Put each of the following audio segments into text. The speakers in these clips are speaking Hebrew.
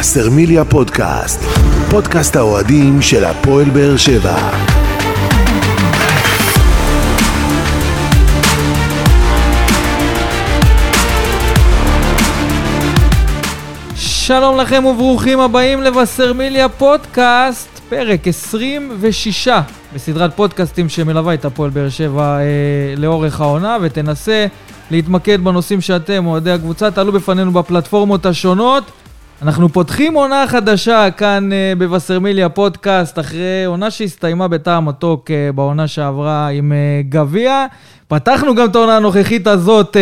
וסרמיליה פודקאסט, פודקאסט האוהדים של הפועל באר שבע. שלום לכם וברוכים הבאים לווסרמיליה פודקאסט, פרק 26 בסדרת פודקאסטים שמלווה את הפועל באר שבע לאורך העונה, ותנסה להתמקד בנושאים שאתם, אוהדי הקבוצה, תעלו בפנינו בפלטפורמות השונות. אנחנו פותחים עונה חדשה כאן בווסרמיליה פודקאסט, אחרי עונה שהסתיימה בטעם מתוק בעונה שעברה עם גביע. פתחנו גם את העונה הנוכחית הזאת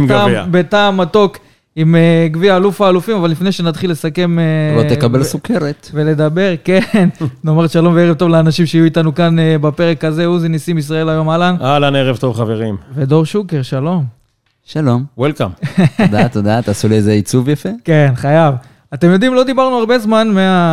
בטעם מתוק עם גביע אלוף האלופים, אבל לפני שנתחיל לסכם לא תקבל סוכרת ולדבר, כן, נאמר שלום וערב טוב לאנשים שיהיו איתנו כאן בפרק הזה. עוזי ניסים ישראל היום, אהלן, ערב טוב חברים. ודור שוקר, שלום. שלום. וולקאם. תודה, תעשו לי איזה עיצוב יפה. כן, חייב. אתם יודעים, לא דיברנו הרבה זמן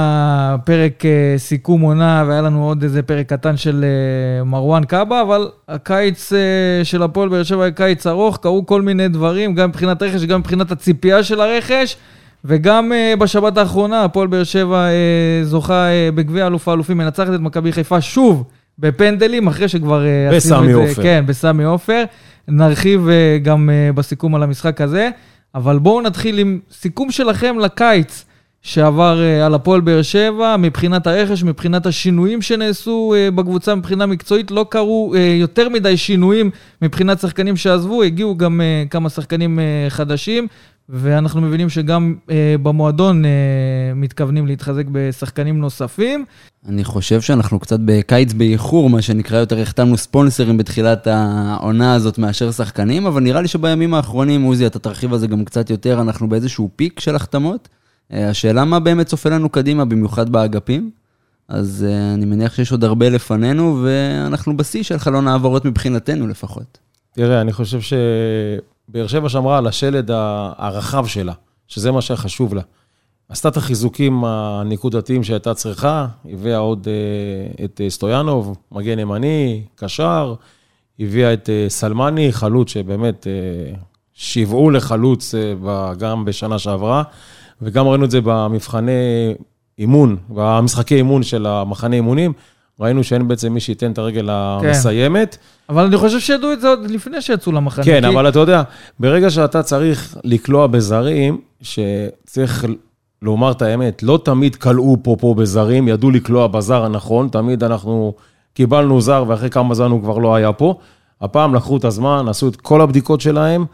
מהפרק סיכום עונה, והיה לנו עוד איזה פרק קטן של מרואן קאבה, אבל הקיץ של הפועל באר שבע היה קיץ ארוך, קרו כל מיני דברים, גם מבחינת רכש, גם מבחינת הציפייה של הרכש, וגם בשבת האחרונה הפועל באר שבע זוכה בגביע אלוף האלופים, מנצחת את מכבי חיפה שוב בפנדלים, אחרי שכבר בסמי עופר. כן, בסמי עופר. נרחיב גם בסיכום על המשחק הזה. אבל בואו נתחיל עם סיכום שלכם לקיץ שעבר על הפועל באר שבע, מבחינת הרכש, מבחינת השינויים שנעשו בקבוצה, מבחינה מקצועית, לא קרו יותר מדי שינויים מבחינת שחקנים שעזבו, הגיעו גם כמה שחקנים חדשים, ואנחנו מבינים שגם במועדון מתכוונים להתחזק בשחקנים נוספים. אני חושב שאנחנו קצת בקיץ באיחור, מה שנקרא יותר החתמנו ספונסרים בתחילת העונה הזאת מאשר שחקנים, אבל נראה לי שבימים האחרונים, עוזי, אתה תרחיב על זה גם קצת יותר, אנחנו באיזשהו פיק של החתמות. השאלה מה באמת צופה לנו קדימה, במיוחד באגפים, אז אני מניח שיש עוד הרבה לפנינו, ואנחנו בשיא של חלון העברות מבחינתנו לפחות. תראה, אני חושב שבאר שבע שמרה על השלד הרחב שלה, שזה מה שחשוב לה. עשתה את החיזוקים הנקודתיים שהייתה צריכה, הביאה עוד את סטויאנוב, מגן ימני, קשר, הביאה את סלמני, חלוץ שבאמת שיבעו לחלוץ גם בשנה שעברה, וגם ראינו את זה במבחני אימון, במשחקי אימון של המחנה אימונים, ראינו שאין בעצם מי שייתן את הרגל המסיימת. אבל אני חושב שידעו את זה עוד לפני שיצאו למחנה. כן, אבל אתה יודע, ברגע שאתה צריך לקלוע בזרים, שצריך לומר את האמת, לא תמיד קלעו פה בזרים, ידעו לקלוע בזר הנכון, תמיד אנחנו קיבלנו זר, ואחרי כמה זמן הוא כבר לא היה פה. הפעם לקחו את הזמן, עשו את כל הבדיקות שלהם,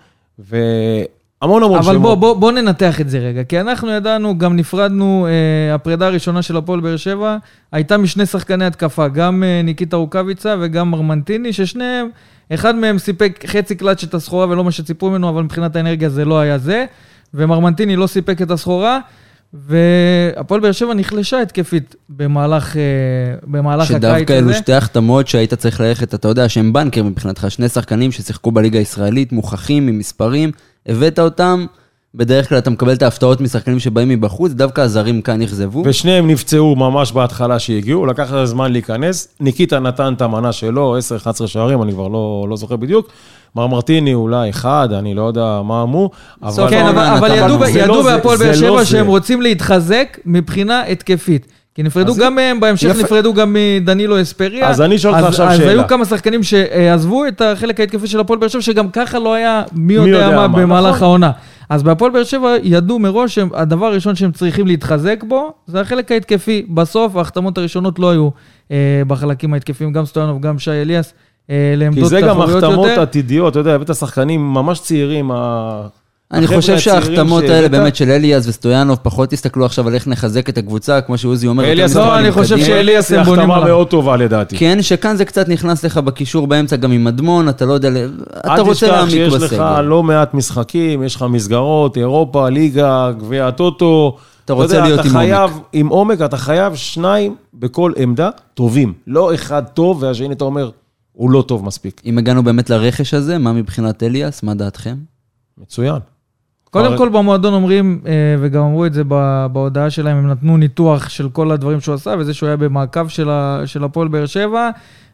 והמון שמות. אבל בוא ננתח את זה רגע, כי אנחנו ידענו, גם נפרדנו, הפרידה הראשונה של הפועל באר שבע, הייתה משני שחקני התקפה, גם ניקיטה רוקאביצה וגם מרמנטיני, ששניהם, אחד מהם סיפק חצי קלאץ' את הסחורה ולא מה שציפו ממנו, אבל מבחינת האנרגיה זה לא היה זה, ומרמנטיני לא סיפק את הסחורה, והפועל באר שבע נחלשה התקפית במהלך הקיץ הזה. שדווקא אלו שתי החתמות שהיית צריך ללכת, אתה יודע שהם בנקר מבחינתך, שני שחקנים ששיחקו בליגה הישראלית, מוכחים עם מספרים, הבאת אותם, בדרך כלל אתה מקבל את ההפתעות משחקנים שבאים מבחוץ, דווקא הזרים כאן יחזבו. ושניהם נפצעו ממש בהתחלה שהגיעו, לקח את הזמן להיכנס, ניקיטה נתן את המנה שלו, 10-11 שערים, אני כבר לא זוכר בדיוק, מרמרטיני אולי אחד, אני לא יודע מה אמרו. כן, אבל ידעו בהפועל באר שבע שהם רוצים להתחזק מבחינה התקפית. כי נפרדו גם מהם, בהמשך נפרדו גם מדנילו אספריה. אז אני שואל לך עכשיו שאלה. אז היו כמה שחקנים שעזבו את החלק ההתקפי של הפועל באר שבע, שגם ככה לא היה מי יודע מה במהלך העונה. אז בהפועל באר שבע ידעו מראש שהדבר הראשון שהם צריכים להתחזק בו, זה החלק ההתקפי. בסוף ההחתמות הראשונות לא היו בחלקים ההתקפיים, גם סטויאנוב, גם שי אליאס, כי זה גם החתמות עתידיות, אתה יודע, הבאת השחקנים ממש צעירים. אני חושב שההחתמות האלה באמת של אליאס וסטויאנוב פחות הסתכלו עכשיו על איך נחזק את הקבוצה, כמו שעוזי אומר. אני חושב שאליאס הם בונים עליו. מאוד טובה לדעתי. כן, שכאן זה קצת נכנס לך בקישור באמצע גם עם אדמון, אתה לא יודע, אתה רוצה להעמיק בסגל. שיש לך לא מעט משחקים, יש לך מסגרות, אירופה, ליגה, גביע הטוטו. אתה רוצה להיות עם עומק. עם עומק, אתה חייב שניים בכל עמדה טובים. לא אחד טוב, והשני אתה אומר, הוא לא טוב מספיק. אם הגענו באמת לרכש הזה, מה מבחינת אליאס, מה דעתכם? מצוין. קודם כל במועדון אומרים, וגם אמרו את זה בהודעה שלהם, הם נתנו ניתוח של כל הדברים שהוא עשה, וזה שהוא היה במעקב של הפועל באר שבע,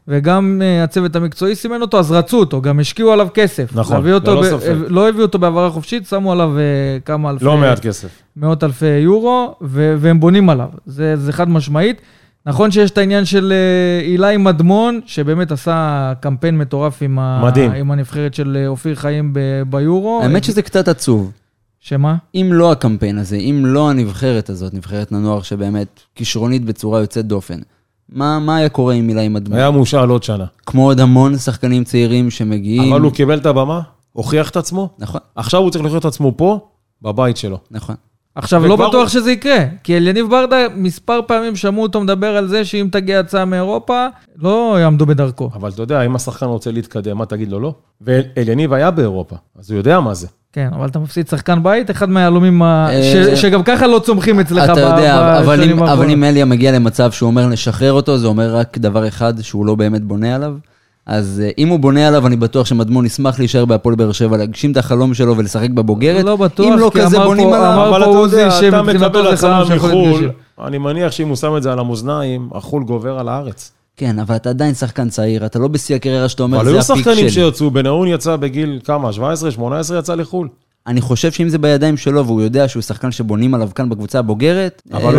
וגם הצוות המקצועי סימן אותו, אז רצו אותו, גם השקיעו עליו כסף. נכון, ללא ספק. לא הביאו אותו בעברה חופשית, שמו עליו כמה אלפי... לא מעט כסף. מאות אלפי יורו, והם בונים עליו. זה חד משמעית. נכון שיש את העניין של אילי מדמון, שבאמת עשה קמפיין מטורף עם הנבחרת של אופיר חיים ביורו. האמת שזה קצת עצוב. שמה? אם לא הקמפיין הזה, אם לא הנבחרת הזאת, נבחרת הנוער שבאמת כישרונית בצורה יוצאת דופן, מה היה קורה עם אילי מדמון? היה מאושר עוד שנה. כמו עוד המון שחקנים צעירים שמגיעים. אבל הוא קיבל את הבמה, הוכיח את עצמו. נכון. עכשיו הוא צריך להוכיח את עצמו פה, בבית שלו. נכון. עכשיו, לא בטוח שזה יקרה, כי אליניב ברדה מספר פעמים שמעו אותו מדבר על זה שאם תגיע הצעה מאירופה, לא יעמדו בדרכו. אבל אתה יודע, אם השחקן רוצה להתקדם, מה תגיד לו לא? ואליניב היה באירופה, אז הוא יודע מה זה. כן, אבל אתה מפסיד שחקן בית, אחד מהיהלומים שגם ככה לא צומחים אצלך. אתה יודע, אבל אם אליה מגיע למצב שהוא אומר לשחרר אותו, זה אומר רק דבר אחד, שהוא לא באמת בונה עליו. אז אם הוא בונה עליו, אני בטוח שמדמון ישמח להישאר בהפועל באר שבע, להגשים את החלום שלו ולשחק בבוגרת. לא בטוח, אם לא כזה בונים עליו. אבל אתה יודע, אתה מקבל הצעה מחול, אני מניח שאם הוא שם את זה על המאזניים, החול גובר על הארץ. כן, אבל אתה עדיין שחקן צעיר, אתה לא בשיא הקריירה שאתה אומר, זה הפיק שלי. אבל היו שחקנים שיצאו, בנאון יצא בגיל כמה, 17, 18 יצא לחול. אני חושב שאם זה בידיים שלו, והוא יודע שהוא שחקן שבונים עליו כאן בקבוצה הבוגרת, אבל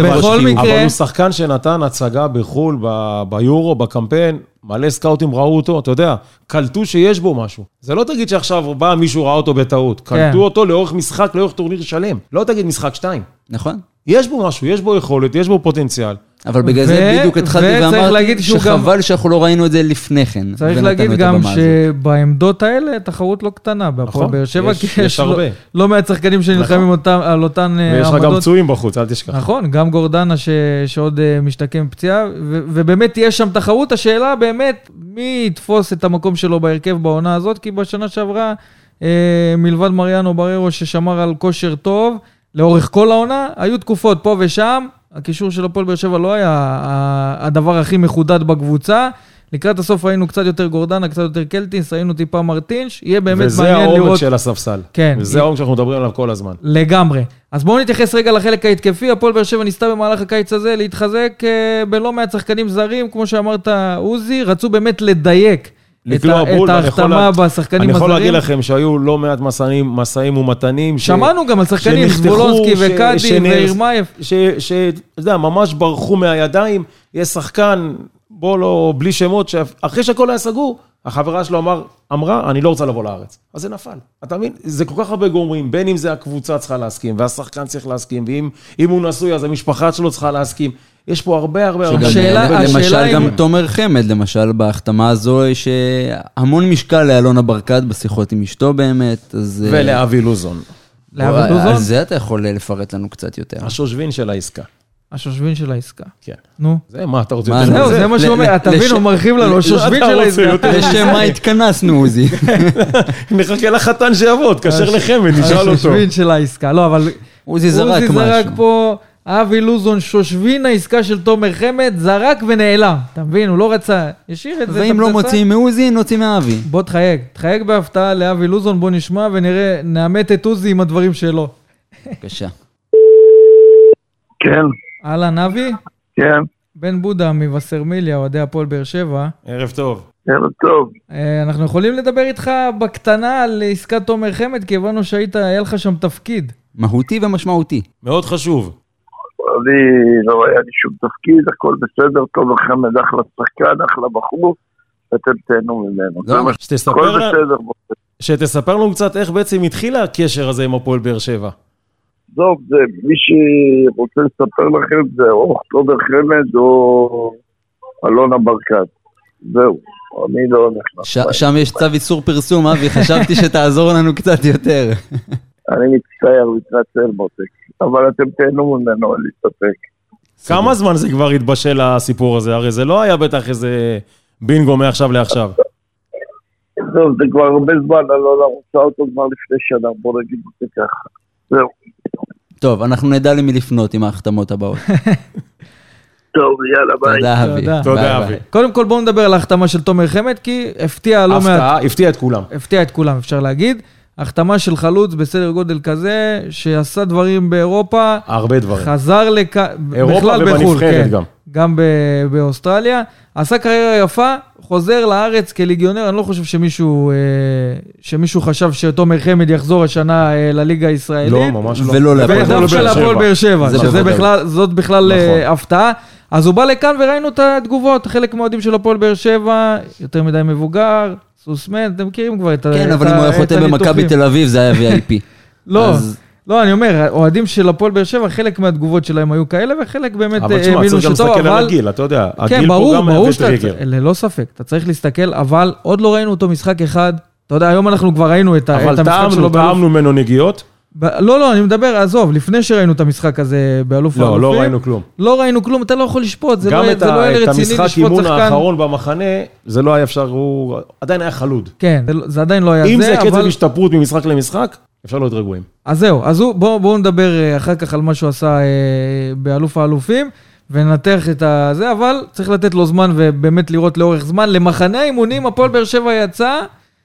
הוא שחקן שנתן הצגה בחול, ביורו, בקמפיין, מלא סקאוטים ראו אותו, אתה יודע, קלטו שיש בו משהו. זה לא תגיד שעכשיו בא מישהו ראה אותו בטעות, קלטו אותו לאורך משחק, לאורך טורניר שלם. לא תגיד משחק 2. נכון. יש בו משהו, יש בו יכולת, יש בו פוטנציאל. אבל בגלל זה בדיוק התחלתי ואמרתי שחבל שאנחנו לא ראינו את זה לפני כן. צריך להגיד גם שבעמדות האלה תחרות לא קטנה, בהפועל באר שבע, כי יש לא מעט שחקנים שנלחמים על אותן עמדות. ויש לך גם פצועים בחוץ, אל תשכח. נכון, גם גורדנה שעוד משתקם פציעה, ובאמת יש שם תחרות. השאלה באמת, מי יתפוס את המקום שלו בהרכב בעונה הזאת, כי בשנה שעברה, מלבד מריאנו בררו ששמר על כושר טוב, לאורך כל העונה, היו תקופות פה ושם, הקישור של הפועל באר שבע לא היה הדבר הכי מחודד בקבוצה, לקראת הסוף ראינו קצת יותר גורדנה, קצת יותר קלטינס, ראינו טיפה מרטינש, יהיה באמת מעניין לראות. וזה העומק של הספסל. כן. וזה העומק שאנחנו מדברים עליו כל הזמן. לגמרי. אז בואו נתייחס רגע לחלק ההתקפי, הפועל באר שבע ניסתה במהלך הקיץ הזה להתחזק בלא מעט שחקנים זרים, כמו שאמרת עוזי, רצו באמת לדייק את ההחתמה בשחקנים הזרים. אני יכול להגיד לכם שהיו לא מעט מסעים ומתנים. שמענו גם על שחקנים, סבולונסקי וקאדי וירמייב. ממש ברחו מהידיים. יש שחקן, בוא לא, בלי שמות, שאחרי שהכל היה סגור, החברה שלו אמרה, אני לא רוצה לבוא לארץ. אז זה נפל. אתה מבין? זה כל כך הרבה גורמים, בין אם זה הקבוצה צריכה להסכים, והשחקן צריך להסכים, ואם הוא נשוי, אז המשפחה שלו צריכה להסכים. יש פה הרבה למשל גם תומר חמד, למשל, בהחתמה הזו, יש המון משקל לאלונה ברקת בשיחות עם אשתו באמת. ולאבי לוזון. על זה אתה יכול לפרט לנו קצת יותר. השושבין של העסקה. השושבין של העסקה. כן. נו. זה מה אתה רוצה? זהו, זה מה שהוא אומר. אתה מבין, הוא מרחיב לנו, השושבין של העסקה. לשם מה התכנסנו, עוזי? נחכה לחתן שיבוא, תקשר לחמד, נשאל אותו. השושבין של העסקה. לא, אבל עוזי זרק משהו. עוזי זרק פה, אבי לוזון, שושבין העסקה של תומר חמד, זרק ונעלם. אתה מבין, הוא לא רצה, ישיר את זה. ואם לא מוצאים מעוזי, נוציא מאבי. בוא תחייג בהפתעה לאבי לוזון, בוא נשמע ונראה, נאמת את עוזי עם הדברים שלו. בבקשה. כן. אהלן, אבי? כן. בן בודה מבשרמיליה, אוהדי הפועל באר שבע. ערב טוב. ערב טוב. אנחנו יכולים לדבר איתך בקטנה על עסקת תומר חמד, כי הבנו היה לך שם תפקיד. מהותי ומשמעותי. מאוד חשוב. אני לא היה לי שום תפקיד, הכל בסדר, תומר חמד אחלה שחקן, אחלה בחור, ואתם תהנו ממנו. שתספר לנו קצת איך בעצם התחיל הקשר הזה עם הפועל באר שבע. טוב, מי שרוצה לספר לכם זה או תומר חמד או אלונה ברקת. זהו, אני לא נכנס. שם יש צו איסור פרסום, אבי, חשבתי שתעזור לנו קצת יותר. אני מצטער, מתנצל מותק, אבל אתם תהנו ממנו להסתפק. כמה זמן זה כבר התבשל הסיפור הזה? הרי זה לא היה בטח איזה בינגו מעכשיו לעכשיו. טוב, זה כבר הרבה זמן, אלונה רוצה אותו כבר לפני שנה, בוא נגיד את זה ככה. זהו. טוב, אנחנו נדע למי לפנות עם ההחתמות הבאות. טוב, יאללה, ביי. תודה, אבי. תודה, אבי. קודם כל בואו נדבר על ההחתמה של תומר חמד, כי הפתיע לא מעט. הפתיע את כולם. הפתיע את כולם, אפשר להגיד. החתמה של חלוץ בסדר גודל כזה, שעשה דברים באירופה. הרבה דברים. חזר אירופה ובנבחרת גם. גם באוסטרליה, עשה קריירה יפה, חוזר לארץ כליגיונר, אני לא חושב שמישהו חשב שתומר חמד יחזור השנה לליגה הישראלית. לא, ממש לא. ולא להפועל באר שבע. להפועל באר שבע, זאת בכלל הפתעה. אז הוא בא לכאן וראינו את התגובות, חלק מהאוהדים של הפועל באר שבע, יותר מדי מבוגר, סוסמן, אתם מכירים כבר את הניתוחים. כן, אבל אם הוא היה חותם במכבי תל אביב, זה היה VIP. לא, אני אומר, אוהדים של הפועל באר שבע, חלק מהתגובות שלהם היו כאלה, וחלק באמת אבל תשמע, צריך גם להסתכל על הגיל, אתה יודע, הגיל פה גם מהווה טריגר. ללא ספק, אתה צריך להסתכל, אבל עוד לא ראינו אותו משחק אחד, אתה יודע, היום אנחנו כבר ראינו את המשחק שלו. אבל טעמנו ממנו נגיעות? לא, אני מדבר, עזוב, לפני שראינו את המשחק הזה באלוף האלופים. לא ראינו כלום. לא ראינו כלום, אתה לא יכול לשפוט, זה לא היה רציני לשפוט שחקן. גם את המשחק אימון האחרון במחנה, זה לא היה אפשר, הוא עדיין היה חלוד. כן, זה עדיין לא היה זה, אם זה קצב השתפרות ממשחק למשחק, אפשר להיות רגועים. אז זהו, אז בואו נדבר אחר כך על מה שהוא עשה באלוף האלופים, וננתח את זה, אבל צריך לתת לו זמן ובאמת לראות לאורך זמן. למחנה האימונים, הפועל באר שבע יצא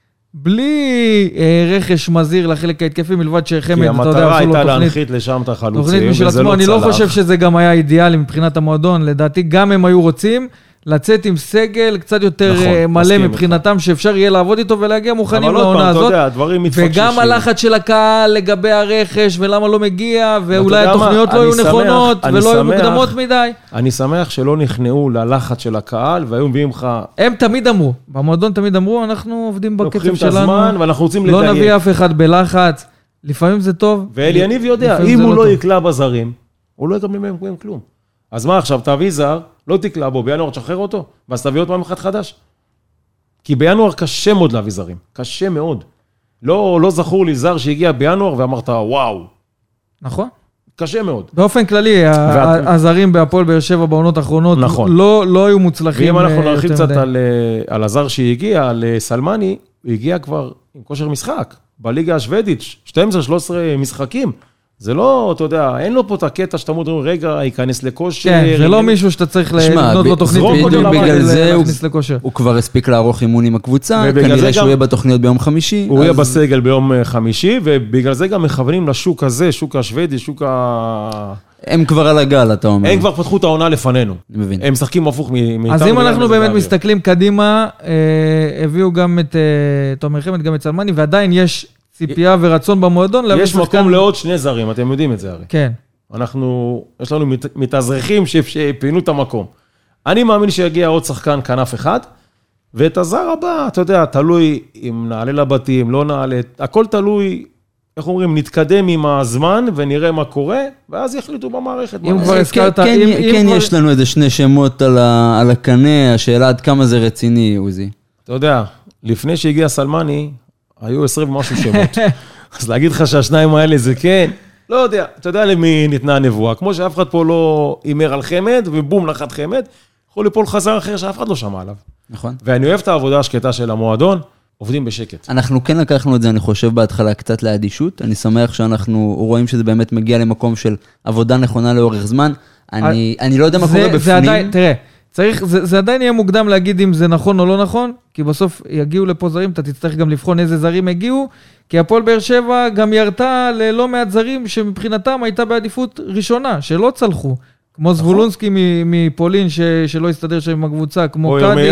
בלי רכש מזהיר לחלק ההתקפי, מלבד שחמד, כי המטרה הייתה להנחית לשם את החלוצים, וזה לא צלח. אני לא חושב שזה גם היה אידיאלי מבחינת המועדון, לדעתי גם הם היו רוצים לצאת עם סגל קצת יותר מלא מבחינתם, שאפשר יהיה לעבוד איתו ולהגיע מוכנים לעונה הזאת. וגם הלחץ של הקהל לגבי הרכש ולמה לא מגיע, ואולי התוכניות לא היו נכונות ולא היו מוקדמות מדי. אני שמח שלא נכנעו ללחץ של הקהל, והיו מביאים לך... הם תמיד אמרו, במועדון תמיד אמרו, אנחנו עובדים בקצב שלנו, ואנחנו רוצים לדייק. לא נביא אף אחד בלחץ, לפעמים זה טוב. ואליניב יודע, אם הוא לא יקלע בזרים, הוא לא יקבל מהם כלום. אז מה עכשיו, תביא זר, לא תקלע בו, בינואר תשחרר אותו, ואז תביא עוד פעם אחד חדש. כי בינואר קשה מאוד להביא זרים, קשה מאוד. לא זכור לי זר שהגיע בינואר ואמרת, וואו. נכון. קשה מאוד. באופן כללי, הזרים בהפועל באר שבע בעונות האחרונות, לא היו מוצלחים. ואם אנחנו נרחיב קצת על הזר שהגיע, על סלמני, הוא הגיע כבר עם כושר משחק, בליגה השוודית, 12-13 משחקים. זה לא, אתה יודע, אין לו פה את הקטע שאתה אומרים, רגע, ייכנס לכושר. כן, זה לא מישהו שאתה צריך לבנות לו תוכנית. בגלל זה הוא כבר הספיק לערוך אימון עם הקבוצה, כנראה שהוא יהיה בתוכניות ביום חמישי. הוא יהיה בסגל ביום חמישי, ובגלל זה גם מכוונים לשוק הזה, שוק השוודי, שוק הם כבר על הגל, אתה אומר. הם כבר פתחו את העונה לפנינו. הם משחקים הפוך מאיתנו. אז אם אנחנו באמת מסתכלים קדימה, הביאו גם את תומר חמד, גם את סלמני, ועדיין יש ציפייה ורצון במועדון. יש מקום לעוד שני זרים, אתם יודעים את זה הרי. כן. יש לנו מתאזרחים שפינו את המקום. אני מאמין שיגיע עוד שחקן כנף אחד, ואת הזר הבא, אתה יודע, תלוי אם נעלה לבתים, לא נעלה, הכל תלוי, איך אומרים, נתקדם עם הזמן ונראה מה קורה, ואז יחליטו במערכת. אם כבר הזכרת... כן, יש לנו איזה שני שמות על הקנה, השאלה עד כמה זה רציני, עוזי. אתה יודע, לפני שהגיע סלמני, היו 20 ומשהו שמות. אז להגיד לך שהשניים האלה זה כן, לא יודע, אתה יודע למי ניתנה הנבואה, כמו שאף אחד פה לא אימר על חמד, ובום נחת חמד, יכול ליפול חזר אחר שאף אחד לא שמע עליו. נכון. ואני אוהב את העבודה השקטה של המועדון, עובדים בשקט. אנחנו כן לקחנו את זה, אני חושב בהתחלה קצת לאדישות, אני שמח שאנחנו רואים שזה באמת מגיע למקום של עבודה נכונה לאורך זמן, אני לא יודע מה קורה בפנים. תראה, זה עדיין יהיה מוקדם להגיד אם זה נכון או לא נכון, כי בסוף יגיעו לפה זרים, אתה תצטרך גם לבחון איזה זרים הגיעו, כי הפועל באר שבע גם ירתה ללא מעט זרים שמבחינתם הייתה בעדיפות ראשונה, שלא צלחו, כמו זבולונסקי מפולין שלא הסתדר שם עם הקבוצה, כמו קאדי,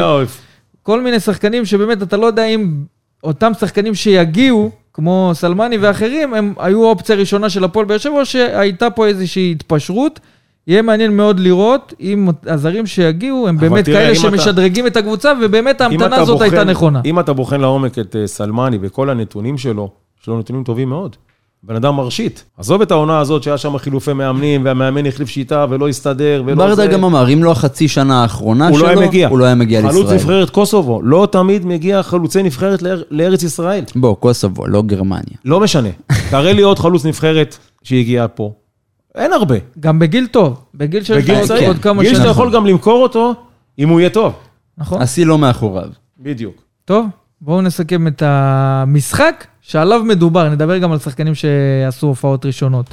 כל מיני שחקנים שבאמת אתה לא יודע אם אותם שחקנים שיגיעו, כמו סלמני ואחרים, הם היו אופציה ראשונה של הפועל באר שבע, או שהייתה פה איזושהי התפשרות, יהיה מעניין מאוד לראות אם הזרים שיגיעו הם באמת כאלה שמשדרגים את הקבוצה, ובאמת ההמתנה הזאת הייתה נכונה. אם אתה בוחן לעומק את סלמני וכל הנתונים שלו, יש לו נתונים טובים מאוד. בן אדם מרשיט. עזוב את העונה הזאת שהיה שם חילופי מאמנים, והמאמן החליף שיטה ולא הסתדר. ברדה גם אמר, אם לא החצי שנה האחרונה שלו, הוא לא היה מגיע לישראל. חלוץ נבחרת קוסובו, לא תמיד מגיע חלוצי נבחרת לארץ ישראל. בוא, קוסובו, לא גרמניה. לא משנה. תראה לי עוד חלוץ נבחרת שהגיע פה. אין הרבה. גם בגיל טוב. בגיל של עוד כמה שנים. גיל שאתה יכול גם למכור אותו, אם הוא יהיה טוב. נכון. עשי לא מאחוריו. בדיוק. טוב, בואו נסכם את המשחק שעליו מדובר. נדבר גם על שחקנים שעשו הופעות ראשונות.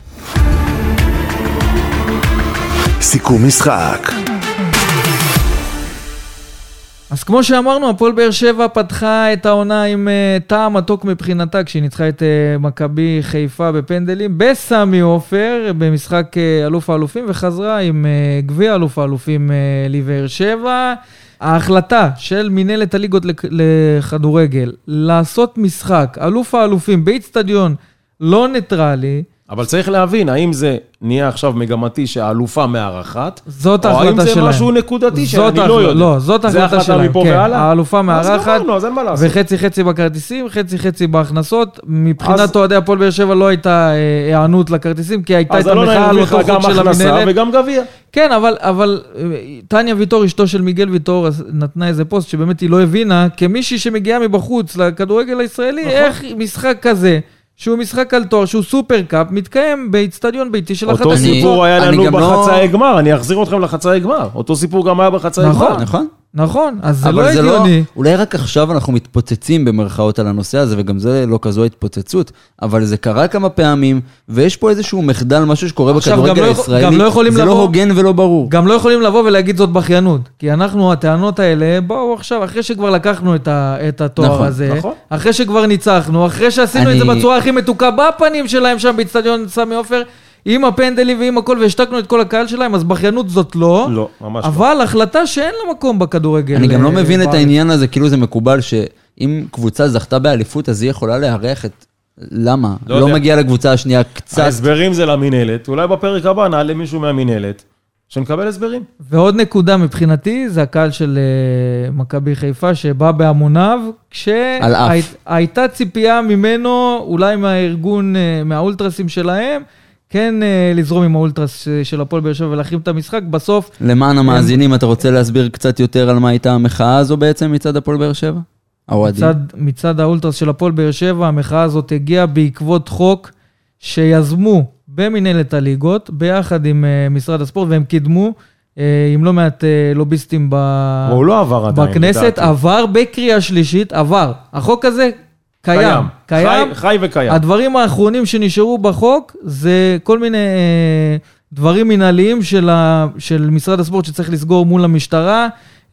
סיכום משחק. אז כמו שאמרנו, הפועל באר שבע פתחה את העונה עם טעם מתוק מבחינתה, כשהיא ניצחה את מכבי חיפה בפנדלים, בסמי עופר, במשחק אלוף האלופים, וחזרה עם גביע אלוף האלופים לבאר שבע. ההחלטה של מנהלת הליגות לכדורגל, לעשות משחק אלוף האלופים באצטדיון לא ניטרלי, אבל צריך להבין, האם זה נהיה עכשיו מגמתי שהאלופה מארחת, זאת או ההחלטה שלהם. האם זה משהו נקודתי שאני לא יודע. לא, זאת ההחלטה שלהם, כן. האלופה מארחת, אז אין מה לעשות. וחצי בכרטיסים, חצי בהכנסות. מבחינת אוהדי הפועל באר שבע לא הייתה הענות לכרטיסים, כי הייתה את המחאה על אותו חוק של המנהלת. אז לא נרוויחה גם גביע. כן, אבל טניה ויטור, אשתו של מיגל ויטור, נתנה איזה פוסט שבאמת היא לא הבינה, כמישהי שמגיעה מבחוץ לכדורגל הישראלי, איך משחק כזה, שהוא משחק על תואר, שהוא סופר קאפ, מתקיים באצטדיון ביתי של אחת. אותו סיפור היה לנו בחצאי גמר, אני אחזיר אתכם לחצאי גמר. אותו סיפור גם היה בחצאי גמר. נכון, אז זה לא הגיוני. אולי רק עכשיו אנחנו מתפוצצים במרכאות על הנושא הזה, וגם זה לא כזו התפוצצות, אבל זה קרה כמה פעמים, ויש פה איזשהו מחדל, משהו שקורה בכדורגל הישראלי, זה לא הוגן ולא ברור. גם לא יכולים לבוא ולהגיד זאת בכיינות, כי אנחנו, הטענות האלה, בואו עכשיו, אחרי שכבר לקחנו את התואר הזה, אחרי שכבר ניצחנו, אחרי שעשינו את זה בצורה הכי מתוקה בפנים שלהם שם באצטדיון סמי עופר, עם הפנדלים ועם הכל, והשתקנו את כל הקהל שלהם, אז בכיינות זאת לא. לא, ממש לא. אבל החלטה שאין לה מקום בכדורגל. אני גם לא מבין את העניין הזה, כאילו זה מקובל שאם קבוצה זכתה באליפות, אז היא יכולה להערך את... למה? לא מגיע לקבוצה השנייה קצת... ההסברים זה למנהלת, אולי בפרק הבא נעלה מישהו מהמנהלת, שנקבל הסברים. ועוד נקודה מבחינתי, זה הקהל של מכבי חיפה, שבא בהמוניו, כשהייתה ציפייה ממנו, אולי מהארגון, מהאולטרסים שלהם, כן לזרום עם האולטרס של הפועל באר שבע ולהחרים את המשחק, בסוף... למען המאזינים, אתה רוצה להסביר קצת יותר על מה הייתה המחאה הזו בעצם מצד הפועל באר שבע? מצד האולטרס של הפועל באר שבע, המחאה הזאת הגיעה בעקבות חוק שיזמו במנהלת הליגות, ביחד עם משרד הספורט, והם קידמו, עם לא מעט לוביסטים הוא לא עבר עדיין, בכנסת, עבר בקריאה שלישית, עבר. החוק הזה... קיים. חי וקיים. הדברים האחרונים שנשארו בחוק, זה כל מיני דברים מנהליים של משרד הספורט שצריך לסגור מול המשטרה,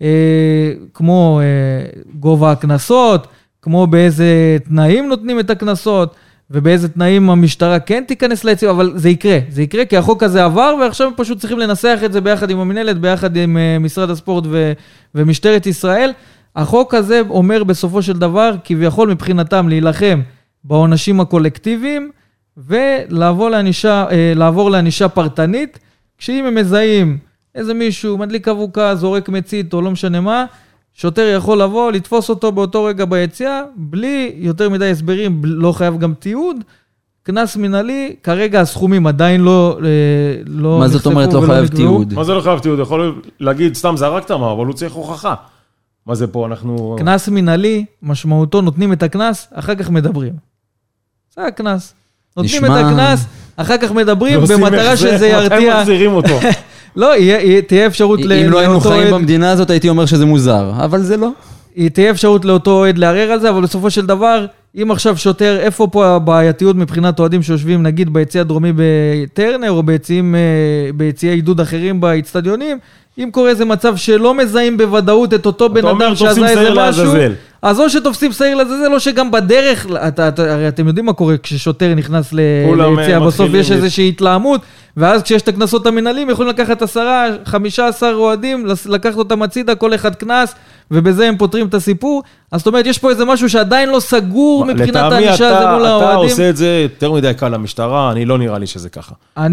כמו גובה הכנסות, כמו באיזה תנאים נותנים את הכנסות, ובאיזה תנאים המשטרה כן תיכנס ליציב, אבל זה יקרה כי החוק הזה עבר, ועכשיו הם פשוט צריכים לנסח את זה ביחד עם המנהלת, ביחד עם משרד הספורט ומשטרת ישראל. החוק הזה אומר בסופו של דבר, כביכול מבחינתם להילחם בעונשים הקולקטיביים, ולעבור לענישה פרטנית, כשאם הם מזהים איזה מישהו, מדליק אבוקה, זורק מצית או לא משנה מה, שוטר יכול לבוא, לתפוס אותו באותו רגע ביציאה, בלי יותר מדי הסברים, לא חייב גם תיעוד, כנס מנהלי, כרגע הסכומים עדיין לא מה זאת אומרת לא חייב תיעוד? מה זה לא חייב תיעוד? יכול להגיד, סתם זרקת מה, אבל הוא צריך הוכחה. מה זה פה? אנחנו... כנס מנהלי, משמעותו, נותנים את הכנס, אחר כך מדברים. זה הכנס. נותנים את הכנס, אחר כך מדברים, במטרה שזה ירתיע. הם מחזירים אותו. לא, תהיה אפשרות... אם לא היינו חיים במדינה הזאת, הייתי אומר שזה מוזר, אבל זה לא. תהיה אפשרות לאותו אוהד לערער על זה, אבל בסופו של דבר, אם עכשיו שוטר, איפה פה הבעייתיות מבחינת אוהדים שיושבים, נגיד ביציע הדרומי בטרנר, או ביציעי עידוד אחרים באצטדיונים, אם קורה איזה מצב שלא מזהים בוודאות את אותו בן אדם שעשה איזה משהו, אז או שתופסים שעיר לעזאזל, או שגם בדרך, הרי אתם יודעים מה קורה כששוטר נכנס ליציע, בסוף יש איזושהי התלהמות, ואז כשיש את הכנסות המנהלים, יכולים לקחת 15 אוהדים, לקחת אותם הצידה, כל אחד כנס, ובזה הם פותרים את הסיפור. אז זאת אומרת, יש פה איזה משהו שעדיין לא סגור מבחינת האנישה הזה מול האוהדים. אתה עושה את זה יותר מדי קל למשטרה, אני לא נראה לי שזה ככה.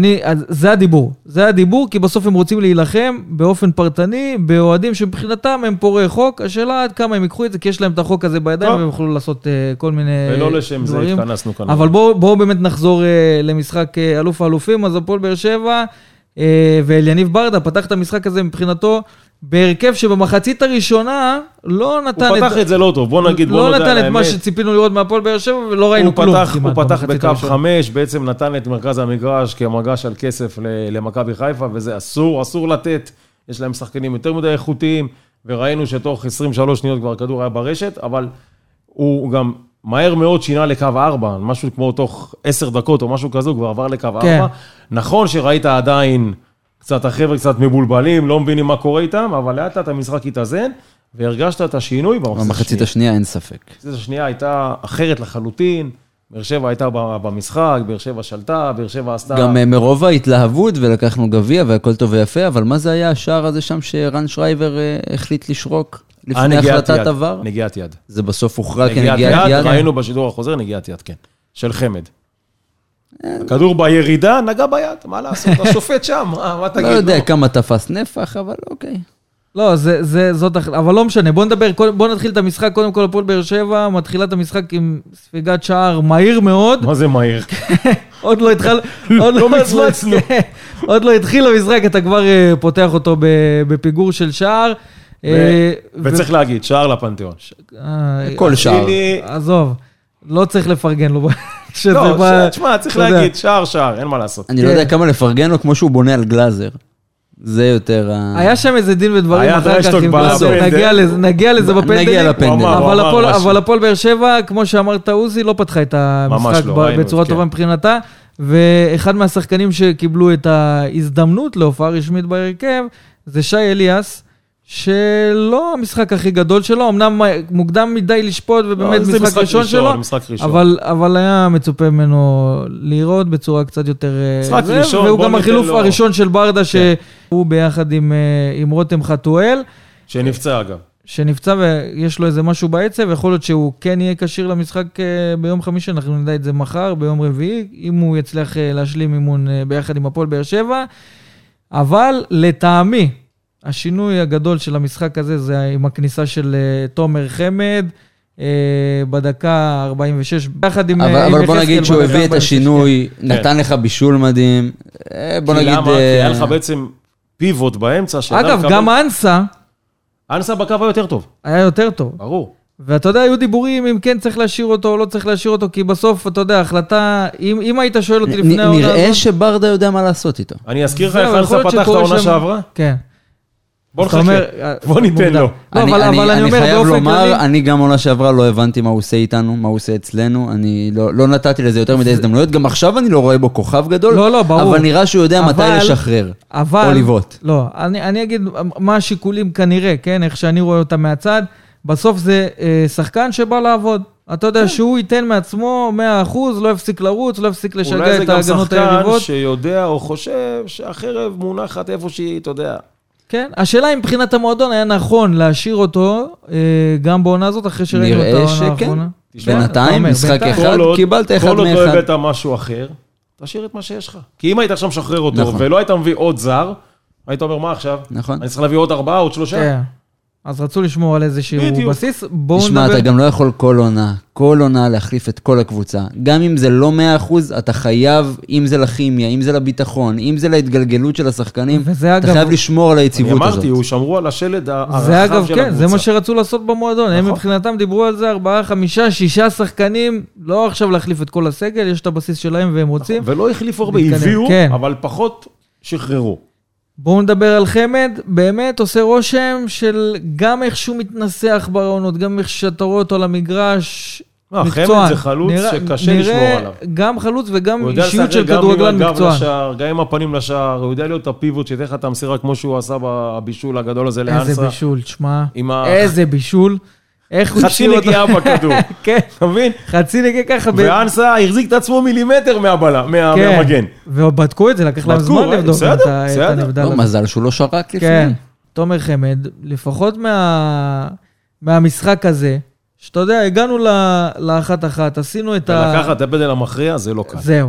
זה הדיבור, כי בסוף הם רוצים להילחם באופן פרטני, באוהדים שמבחינתם הם פורעי חוק, השאלה עד כמה הם ייקחו את זה, כי יש להם את החוק הזה בידיים, והם יכולו לעשות כל מיני דברים. ולא לשם זה התכנסנו כאן. אבל בואו באמת נחזור למשחק אלוף האלופים, אז הפועל באר שבע, ואליניב ברדה פתח את המשחק הזה מבחינתו, בהרכב שבמחצית הראשונה לא נתן הוא פתח את זה לא טוב, בוא נגיד, לא נתן את מה שציפינו לראות מהפועל באר שבע, ולא ראינו כלום. הוא פתח בקו 5, בעצם נתן את מרכז המגרש כמגרש על כסף למכבי חיפה, וזה אסור לתת, יש להם שחקנים יותר מדי איכותיים, וראינו שתוך 23 שניות כבר הכדור היה ברשת, אבל הוא גם מהר מאוד שינה לקו 4, משהו כמו תוך 10 דקות או משהו כזה, הוא כבר עבר לקו 4. נכון שראית עדיין קצת החבר'ה קצת מבולבלים, לא מבינים מה קורה איתם, אבל לאט לאט המשחק התאזן, והרגשת את השינוי במחצית השנייה אין ספק. המחצית השנייה הייתה אחרת לחלוטין, באר שבע הייתה במשחק, באר שבע שלטה, באר שבע עשתה... גם מרוב ההתלהבות ולקחנו גביע והכל טוב ויפה, אבל מה זה היה השער הזה שם שרן שרייבר החליט לשרוק לפני החלטת עבר? נגיעת יד. זה בסוף הוכרע כנגיעת יד? ראינו בשידור החוזר נגיעת יד, כן. של חמד. הכדור בירידה נגע ביד, מה לעשות? השופט שם, מה תגיד? לא יודע כמה תפס נפח, אבל אוקיי. לא, זאת, אבל לא משנה, בוא נתחיל את המשחק, קודם כל הפועל באר שבע, מתחילה את המשחק עם ספיגת שער מהיר מאוד. מה זה מהיר? עוד לא התחיל, עוד לא התחיל המשחק, אתה כבר פותח אותו בפיגור של שער. וצריך להגיד, שער לפנתיאון. כל שער. עזוב, לא צריך לפרגן לו. לא, תשמע, צריך להגיד, שער, אין מה לעשות. אני לא יודע כמה לפרגן לו כמו שהוא בונה על גלאזר. זה יותר... היה שם איזה דין ודברים אחר כך עם גלאזר, נגיע לזה בפנדלים, אבל הפועל באר שבע, כמו שאמרת עוזי, לא פתחה את המשחק בצורה טובה מבחינתה, ואחד מהשחקנים שקיבלו את ההזדמנות להופעה רשמית בהרכב, זה שי אליאס, שלא המשחק הכי גדול שלו, אמנם מוקדם מדי לשפוט, ובאמת משחק ראשון שלו, אבל היה מצופה ממנו לראות בצורה קצת יותר... והוא גם החילוף הראשון של ברדה, שהוא ביחד עם רותם חתואל. שנפצע אגב. שנפצע ויש לו איזה משהו בעצב, יכול להיות שהוא כן יהיה קשיר למשחק ביום חמישי, אנחנו נדע את זה מחר, ביום רביעי, אם הוא יצליח להשלים אימון ביחד עם הפועל באר שבע, אבל לטעמי, השינוי הגדול של המשחק הזה, זה עם הכניסה של תומר חמד, בדקה 46, ביחד עם... אבל בוא נגיד שהוא הביא את השינוי, נתן לך בישול מדהים, בוא נגיד... כי היה לך בעצם פיבוט באמצע, אגב, גם אנסה בקו היה יותר טוב. היה יותר טוב. ברור. ואתה יודע, היו דיבורים אם כן צריך להשאיר אותו או לא צריך להשאיר אותו, כי בסוף, אתה יודע, החלטה, אם היית שואל אותי לפני העונה... נראה שברדה יודע מה לעשות איתו. אני אזכיר לך איך אנסה פתח את העונה שעברה? כן. בוא נחכה, בוא ניתן לו. אני חייב לומר, אני גם עונה שעברה לא הבנתי מה הוא עושה איתנו, מה הוא עושה אצלנו, אני לא נתתי לזה יותר מדי הזדמנויות, גם עכשיו אני לא רואה בו כוכב גדול, אבל נראה שהוא יודע מתי לשחרר, או לבעוט. לא, אני אגיד מה השיקולים כנראה, כן, איך שאני רואה אותם מהצד, בסוף זה שחקן שבא לעבוד. אתה יודע שהוא ייתן מעצמו 100%, לא יפסיק לרוץ, לא יפסיק לשגע את ההגנות היריבות. אולי זה גם שחקן שיודע או חושב שהחרב מונחת איפה שהיא, אתה יודע. כן, השאלה אם מבחינת המועדון היה נכון להשאיר אותו גם בעונה הזאת, אחרי שראינו את העונה האחרונה. בינתיים, משחק אחד, קיבלת אחד מאחד. כל עוד לא הבאת משהו אחר, תשאיר את מה שיש לך. כי אם היית עכשיו משחרר אותו, ולא היית מביא עוד זר, היית אומר, מה עכשיו? נכון. אני צריך להביא עוד 4, עוד 3. אז רצו לשמור על איזשהו בסיס. תשמע, אתה גם לא יכול כל עונה להחליף את כל הקבוצה. גם אם זה לא 100%, אתה חייב, אם זה לכימיה, אם זה לביטחון, אם זה להתגלגלות של השחקנים, אתה חייב לשמור על היציבות הזאת. אני אמרתי, הוא שמרו על השלד הרחב של הקבוצה. זה אגב, כן, זה מה שרצו לעשות במועדון. הם מבחינתם דיברו על זה 4, 5, 6 שחקנים, לא עכשיו להחליף את כל הסגל, יש את הבסיס שלהם והם רוצים. ולא החליפו הרבה, הביאו, אבל פחות שחררו. בואו נדבר על חמד, באמת עושה רושם של גם איך שהוא מתנסח ברעיונות, גם איך שאתה רואה אותו למגרש, מקצוען. חמד זה חלוץ שקשה לשמור עליו. גם חלוץ וגם אישיות של כדורגלן מקצוען. גם עם הפנים לשער, הוא יודע להיות את הפיבוט שתהיה לך את המסירה כמו שהוא עשה בבישול הגדול הזה לאנסה. איזה בישול, תשמע, איזה בישול. חצי נגיעה בכדור. כן. אתה מבין? חצי נגיעה ככה. ואנסה החזיק את עצמו מילימטר מהמגן. ובדקו את זה, לקח להם זמן לבדוק את הנבדל. לא, מזל שהוא לא שרק לפני. כן. תומר חמד, לפחות מהמשחק הזה, שאתה יודע, הגענו לאחת, עשינו את ולקחת את הפדל המכריע, זה לא קל. זהו.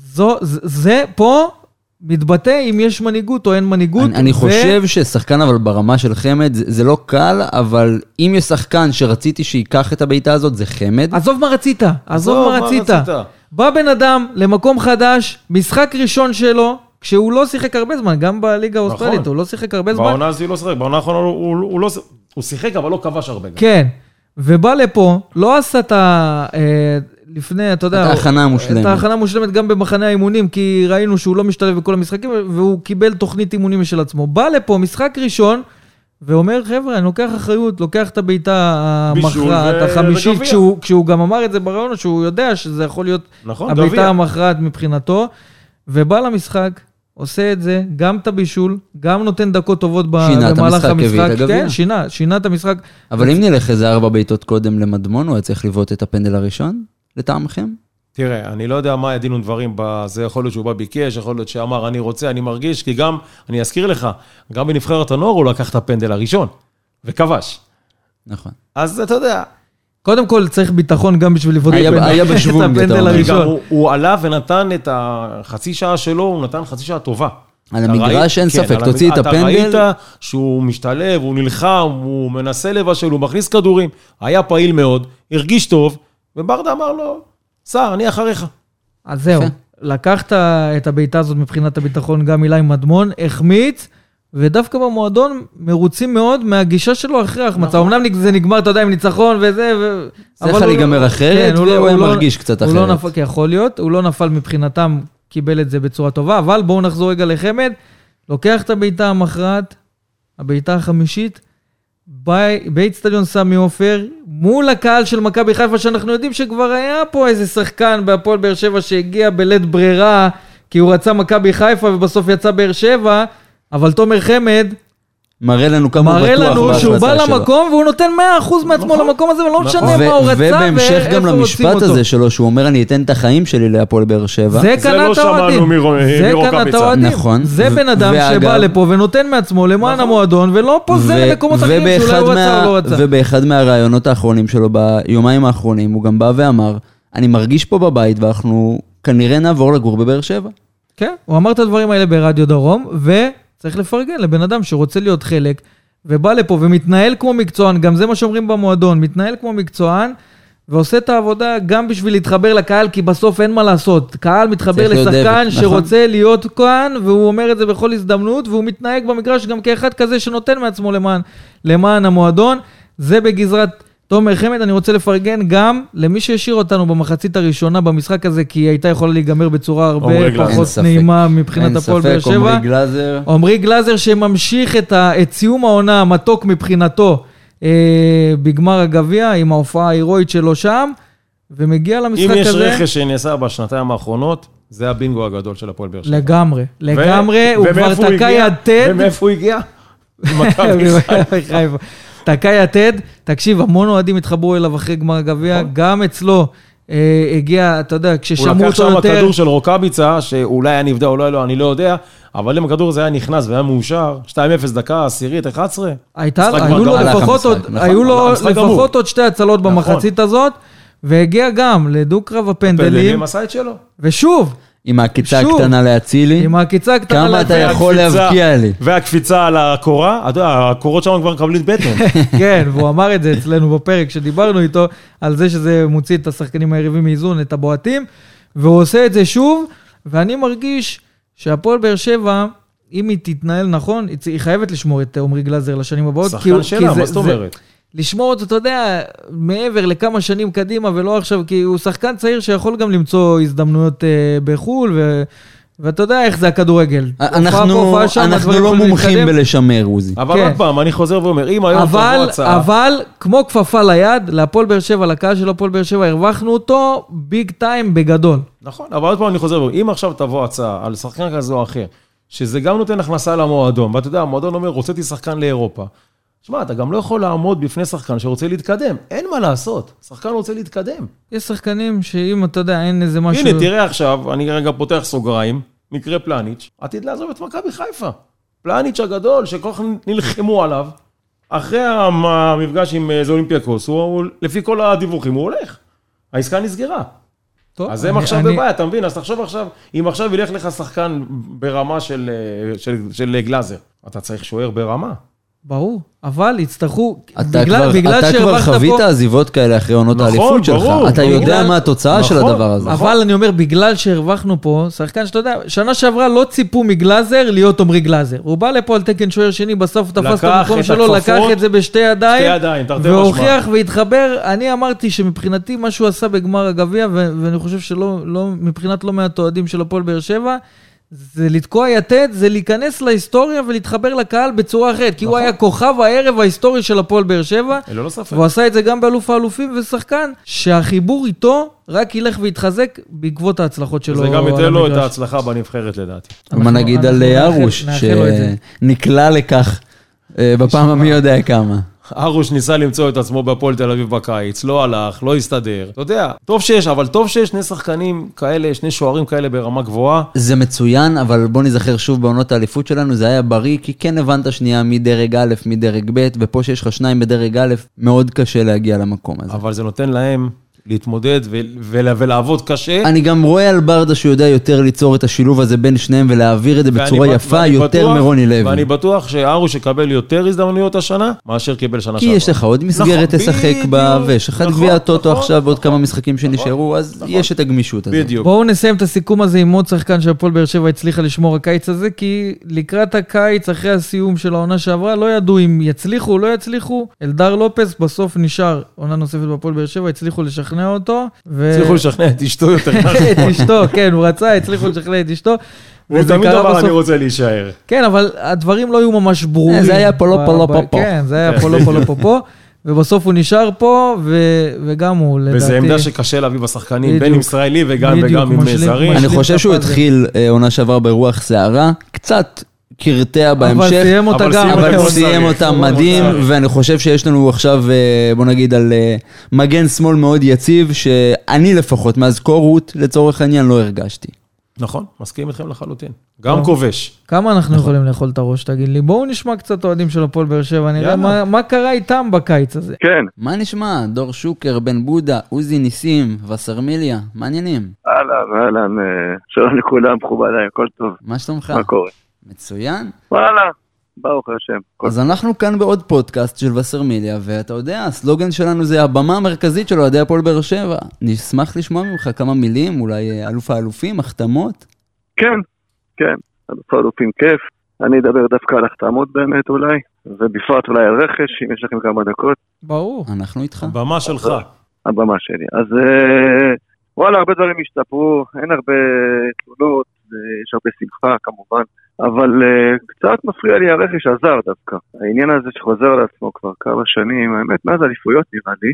זה פה... מתבטא אם יש מנהיגות או אין מנהיגות. אני חושב ששחקן אבל ברמה של חמד, זה לא קל, אבל אם יש שחקן שרציתי שיקח את הביתה הזאת, זה חמד. עזוב מה רצית. בא בן אדם למקום חדש, משחק ראשון שלו, כשהוא לא שיחק הרבה זמן, גם בליגה האוסטרלית, הוא לא שיחק הרבה זמן. בעונה הזו הוא לא שיחק, בעונה האחרונה הוא שיחק, אבל לא כבש הרבה. כן, ובא לפה, לא עשה את לפני, אתה יודע, את ההכנה המושלמת גם במחנה האימונים, כי ראינו שהוא לא משתלב בכל המשחקים, והוא קיבל תוכנית אימונים משל עצמו. בא לפה, משחק ראשון, ואומר, חבר'ה, אני לוקח אחריות, לוקח את הביתה המכרעת, החמישית, כשהוא גם אמר את זה ברעיון, שהוא יודע שזה יכול להיות הביתה המכרעת מבחינתו, ובא למשחק, עושה את זה, גם את הבישול, גם נותן דקות טובות במהלך המשחק. כן, שינה את המשחק. אבל אם נלך איזה 4 בעיטות קודם למדמון, הוא היה צריך לבעוט את הפנדל הראשון, לטעמכם? תראה, אני לא יודע מה היה דין ודברים בזה, יכול להיות שהוא בא ביקש, יכול להיות שאמר, אני רוצה, אני מרגיש, כי גם, אני אזכיר לך, גם בנבחרת הנוער הוא לקח את הפנדל הראשון, וכבש. נכון. אז אתה יודע. קודם כל צריך ביטחון גם בשביל לבעוט את הפנדל הראשון. הוא עלה ונתן את החצי שעה שלו, הוא נתן חצי שעה טובה. על המגרש אין ספק, תוציא את הפנדל. אתה ראית שהוא משתלב, הוא נלחם, הוא מנסה לבשל, הוא מכניס כדורים, היה פעיל מאוד, הרגיש טוב, וברדה אמר לו, סע, אני אחריך. אז זהו, לקחת את הביתה הזאת מבחינת הביטחון גם אילי מדמון, החמיץ, ודווקא במועדון מרוצים מאוד מהגישה שלו אחרי ההחמצה. אמנם זה נגמר, אתה יודע, עם ניצחון וזה, זה יכול להיגמר אחרת, והוא היה מרגיש קצת אחרת. כי יכול להיות, הוא לא נפל מבחינתם, קיבל את זה בצורה טובה, אבל בואו נחזור רגע לחמד, לוקח את הביתה המכרעת, הביתה החמישית, באצטדיון סמי עופר, מול הקהל של מכבי חיפה, שאנחנו יודעים שכבר היה פה איזה שחקן בהפועל באר שבע שהגיע בלית ברירה, כי הוא רצה מכבי חיפה ובסוף יצא באר שבע, אבל תומר חמד מראה לנו כמה הוא בטוח מראה לנו שהוא בא למקום והוא נותן 100% מעצמו למקום הזה, ולא משנה מה הוא רצה ובהמשך גם למשפט הזה שלו, שהוא אומר אני אתן את החיים שלי להפועל באר שבע. זה קנת האוהדים. זה קנת האוהדים. נכון. זה בן אדם שבא לפה ונותן מעצמו למען המועדון, ולא פוזר למקומות אחרים שאולי הוא רצה או לא רצה. ובאחד מהרעיונות האחרונים שלו, ביומיים האחרונים, הוא גם בא ואמר, אני מרגיש פה בבית ואנחנו כנראה נעבור לגור בבאר שבע. כן, הוא אמר את הדברים האלה ברדיו דרום, צריך לפרגן לבן אדם שרוצה להיות חלק, ובא לפה ומתנהל כמו מקצוען, גם זה מה שאומרים במועדון, מתנהל כמו מקצוען, ועושה את העבודה גם בשביל להתחבר לקהל, כי בסוף אין מה לעשות. קהל מתחבר לשחקן שרוצה להיות כאן, והוא אומר את זה בכל הזדמנות, והוא מתנהג במגרש גם כאחד כזה שנותן מעצמו למען המועדון. זה בגזרת תומר חמד. אני רוצה לפרגן גם למי שהשאיר אותנו במחצית הראשונה במשחק הזה, כי היא הייתה יכולה להיגמר בצורה הרבה פחות נעימה מבחינת הפועל באר שבע. עומרי גלאזר שממשיך את סיום העונה המתוק מבחינתו בגמר הגביע, עם ההופעה ההירואית שלו שם, ומגיע למשחק הזה. אם יש רכש שנעשה בשנתיים האחרונות, זה הבינגו הגדול של הפועל באר שבע. לגמרי, הוא כבר תקע יתד. ומאיפה הוא הגיע? מכבי חיפה. תקע יתד, תקשיב, המון אוהדים התחברו אליו אחרי גמר הגביע, גם אצלו הגיע, אתה יודע, כששמעו אותו יותר... הוא לקח שם הכדור של רוקאביצה, שאולי היה נבדע, אולי לא, אני לא יודע, אבל אם הכדור הזה היה נכנס והיה מאושר, 2-0 דקה, 11, היו לו לפחות עוד 2 הצלות במחצית הזאת, והגיע גם לדו-קרב הפנדלים. ושוב, עם העקיצה הקטנה להצילי. עם העקיצה הקטנה כמה אתה יכול להבקיע לי. והקפיצה על הקורה, הקורות שם כבר קבלית בטן. כן, והוא אמר את זה אצלנו בפרק שדיברנו איתו, על זה שזה מוציא את השחקנים היריבים מאיזון, את הבועטים, והוא עושה את זה שוב, ואני מרגיש שהפועל באר שבע, אם היא תתנהל נכון, היא חייבת לשמור את עומרי גלאזר לשנים הבאות. שחקן שלה, מה זאת אומרת? לשמור אותו, אתה יודע, מעבר לכמה שנים קדימה, ולא עכשיו, כי הוא שחקן צעיר שיכול גם למצוא הזדמנויות בחול, ואתה יודע איך זה הכדורגל. אנחנו לא מומחים בלשמר, עוזי. אבל עוד פעם, אני חוזר ואומר, אם היום תבוא הצעה... אבל כמו כפפה ליד, להפועל באר שבע, לקהל של הפועל באר שבע, הרווחנו אותו ביג טיים בגדול. נכון, אבל עוד פעם אני חוזר ואומר, אם עכשיו תבוא הצעה על שחקן כזה או אחר, שזה גם נותן הכנסה למועדון, ואתה יודע, המועדון אומר, רוציתי שחקן לאירופה. שמע, אתה גם לא יכול לעמוד בפני שחקן שרוצה להתקדם. אין מה לעשות. שחקן רוצה להתקדם. יש שחקנים שאם אתה יודע, אין איזה משהו... הנה, תראה עכשיו, אני רגע פותח סוגריים, מקרה פלניץ', עתיד לעזוב את מכבי חיפה. פלניץ' הגדול, שכל כך נלחמו עליו, אחרי המפגש עם אולימפיאקוס, הוא, לפי כל הדיווחים, הוא הולך. העסקה נסגרה. טוב, אז הם עכשיו בבעיה, אתה מבין? אז תחשוב עכשיו, אם עכשיו ילך לך שחקן ברמה של גלאזר, אתה צריך שוער ברמה. ברור, אבל יצטרכו, אתה כבר חווית עזיבות כאלה אחרי עונות האליפות שלך, אתה יודע מה התוצאה של הדבר הזה. אבל אני אומר, בגלל שהרווחנו פה, שחקן שאתה יודע, שנה שעברה לא ציפו מגלאזר להיות עומרי גלאזר, הוא בא לפה על תקן שוער שני, בסוף תפס את המקום שלו, לקח את זה בשתי ידיים, והוכיח והתחבר. אני אמרתי שמבחינתי מה שהוא עשה בגמר הגביע, ואני חושב שלא, מבחינת לא מעט אוהדים של הפועל באר שבע, זה לתקוע יתד, זה להיכנס להיסטוריה ולהתחבר לקהל בצורה אחרת, כי הוא היה כוכב הערב ההיסטורי של הפועל באר שבע, והוא עשה את זה גם באלוף האלופים ושחקן, שהחיבור איתו רק ילך ויתחזק בעקבות ההצלחות שלו. זה גם ייתן לו את ההצלחה בנבחרת לדעתי. ומה נגיד על ארוש, שנקלע לכך בפעם המי יודע כמה. ארוש ניסה למצוא את עצמו בהפועל תל אביב בקיץ, לא הלך, לא הסתדר. אתה יודע, טוב שיש שני שחקנים כאלה, שני שוערים כאלה ברמה גבוהה. זה מצוין, אבל בוא נזכר שוב בעונות האליפות שלנו, זה היה בריא, כי כן הבנת שנייה מדרג א', מדרג ב', ופה שיש לך שניים בדרג א', מאוד קשה להגיע למקום הזה. אבל זה נותן להם להתמודד ולעבוד קשה. אני גם רואה על ברדה שהוא יודע יותר ליצור את השילוב הזה בין שניהם ולהעביר את זה בצורה יפה יותר מרוני לוי. ואני בטוח שארוש יקבל יותר הזדמנויות השנה מאשר קיבל שנה שעברה. כי יש לך עוד מסגרת לשחק בה, ויש לך גביע הטוטו עכשיו ועוד כמה משחקים שנשארו, אז יש את הגמישות הזאת. בואו נסיים את הסיכום הזה עם עוד שחקן שהפועל באר שבע הצליחה לשמור הקיץ הזה, כי לקראת הקיץ אחרי הסיום של העונה שעברה לא ידעו אם יצליחו או לא יצליחו. אלדר לופס בסוף נשאר עונה נוספת בפועל באר שבע, הצליחו לשכנע אותו. הצליחו לשכנע את אשתו יותר נכון. את אשתו, כן, הוא רצה, הצליחו לשכנע את אשתו. הוא תמיד אמר, אני רוצה להישאר. כן, אבל הדברים לא היו ממש ברורים. זה היה פולו פולו פופו. כן, זה היה פולו פולו פופו. ובסוף הוא נשאר פה, וגם הוא לדעתי... וזה עמדה שקשה להביא בשחקנים, בין עם ישראלי וגם עם זרים. אני חושב שהוא התחיל עונה שעבר ברוח שערה, קצת קרטע בהמשך, אבל סיים אותה מדהים, ואני חושב שיש לנו עכשיו, בוא נגיד, על מגן שמאל מאוד יציב, שאני לפחות, מאז קורות, לצורך העניין, לא הרגשתי. נכון, מסכים איתכם לחלוטין. גם כובש. כמה אנחנו יכולים לאכול את הראש, תגיד לי? בואו נשמע קצת אוהדים של הפועל באר שבע, נראה מה קרה איתם בקיץ הזה. כן. מה נשמע? דור שוקר, בן בודה, עוזי ניסים, וסרמיליה, מעניינים. אהלן, שלום לכולם, מכובדיי, הכל טוב. מה שלומך? מה קורה? מצוין. וואלה, ברוך השם. אז אנחנו כאן בעוד פודקאסט של וסרמיליה, ואתה יודע, הסלוגן שלנו זה הבמה המרכזית של אוהדי הפועל באר שבע. נשמח לשמוע ממך כמה מילים, אולי אלוף האלופים, החתמות? כן, אלוף האלופים כיף. אני אדבר דווקא על החתמות באמת אולי, ובפרט אולי על רכש, אם יש לכם כמה דקות. ברור. אנחנו איתך. הבמה שלך. הבמה שלי. אז וואלה, הרבה דברים השתפרו, אין הרבה תלונות, יש הרבה שמחה כמובן. אבל קצת מפריע לי הרכש הזר דווקא. העניין הזה שחוזר על עצמו כבר כמה שנים, האמת, מאז אליפויות נראה לי,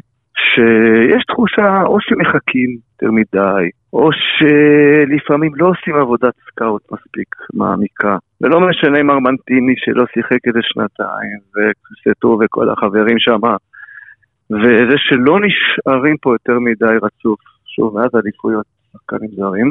שיש תחושה או שמחכים יותר מדי, או שלפעמים לא עושים עבודת סקאוט מספיק מעמיקה. ולא משנה עם ארמנטיני שלא שיחק איזה שנתיים, וקסטו וכל החברים שם, וזה שלא נשארים פה יותר מדי רצוף, שוב, מאז אליפויות שחקנים זרים,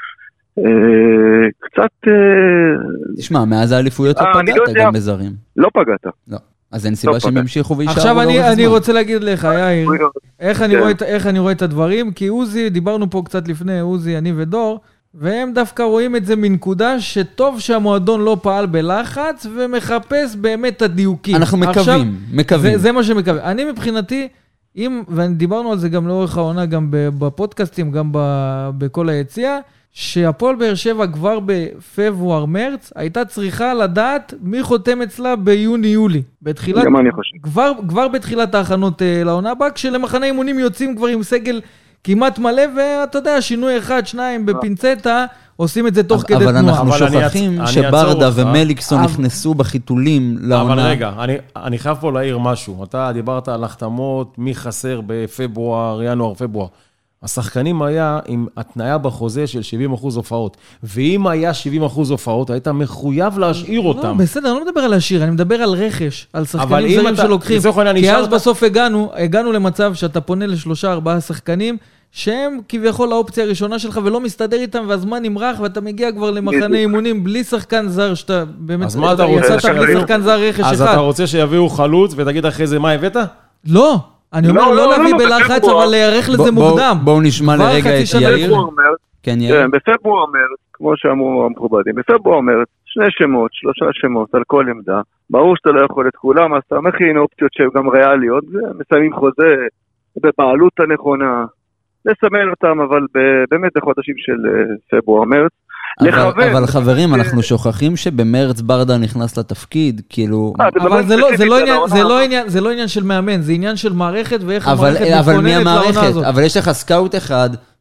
קצת... תשמע, מאז האליפויות לא פגעת גם בזרים. לא פגעת. לא. אז אין סיבה שהם ימשיכו וישארו. עכשיו אני רוצה להגיד לך, יאיר, איך אני רואה את הדברים, כי עוזי, דיברנו פה קצת לפני, עוזי, אני ודור, והם דווקא רואים את זה מנקודה שטוב שהמועדון לא פעל בלחץ, ומחפש באמת את הדיוקים. אנחנו מקווים. זה מה שמקווים. אני מבחינתי, ודיברנו על זה גם לאורך העונה, גם בפודקאסטים, גם בכל היציאה, שהפועל באר שבע כבר בפברואר-מרץ הייתה צריכה לדעת מי חותם אצלה ביוני-יולי. גם אני חושב. כבר בתחילת ההכנות לעונה הבאה, כשלמחנה אימונים יוצאים כבר עם סגל כמעט מלא, ואתה יודע, שינוי אחד, שניים בפינצטה, עושים את זה תוך כדי תנועה. אבל אנחנו שוכחים שברדה ומליקסון נכנסו בחיתולים לעונה. אבל רגע, אני חייב פה להעיר משהו. אתה דיברת על החתמות, מי חסר בפברואר, ינואר, פברואר. השחקנים היה עם התניה בחוזה של 70% הופעות, ואם היה 70% הופעות, היית מחויב להשאיר אותם. לא, בסדר, אני לא מדבר על להשאיר, אני מדבר על רכש, על שחקנים זרים שלוקחים. כי אז בסוף הגענו למצב שאתה פונה ל3-4 שחקנים, שהם כביכול האופציה הראשונה שלך, ולא מסתדר איתם, והזמן נמרח, ואתה מגיע כבר למחנה אימונים, בלי שחקן זר, שאתה באמת יצאת בלי שחקן זר רכש אחד. אז אתה רוצה שיביאו חלוץ, ותגיד אחרי זה מה הבאת? לא. אני אומר לא להביא בלחץ, אבל להיערך לזה מוקדם. בואו נשמע לרגע את יאיר. כן, בפברואר-מרץ, כמו שאמרו המכובדים, בפברואר-מרץ, 2 שמות, 3 שמות על כל עמדה. ברור שאתה לא יכול את כולם, אז אתה מכין אופציות שהן גם ריאליות, ומסיימים חוזה בבעלות הנכונה, לסמן אותם, אבל באמת בחודשים של פברואר-מרץ. אבל חברים, אנחנו שוכחים שבמרץ ברדה נכנס לתפקיד, כאילו... אבל זה לא עניין של מאמן, זה עניין של מערכת ואיך המערכת מתכוננת לעונה הזאת. אבל יש לך סקאוט אחד,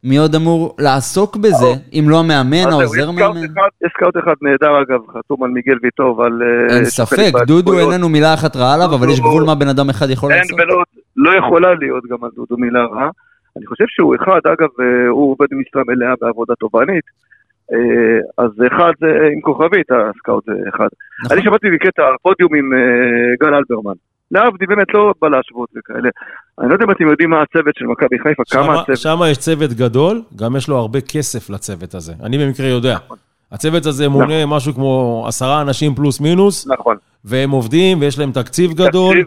מי עוד אמור לעסוק בזה, אם לא המאמן, העוזר מאמן? יש סקאוט אחד נהדר אגב, חתום על מיגל ויטוב, אין ספק, דודו אין לנו מילה אחת רעה עליו, אבל יש גבול מה בן אדם אחד יכול לעשות. לא יכולה להיות גם על דודו מילה רעה. אני חושב שהוא אחד, אגב, הוא עובד במשרה מלאה בעבודה תובענית, אז אחד זה עם כוכבית, הסקאוט זה אחד. אני שמעתי בקטע הפודיום עם גל אלברמן. להבדיל באמת לא בא להשוות וכאלה. אני לא יודע אם אתם יודעים מה הצוות של מכבי חיפה, כמה הצוות. שם יש צוות גדול, גם יש לו הרבה כסף לצוות הזה. אני במקרה יודע. הצוות הזה מונה משהו כמו 10 אנשים פלוס מינוס. נכון. והם עובדים ויש להם תקציב גדול.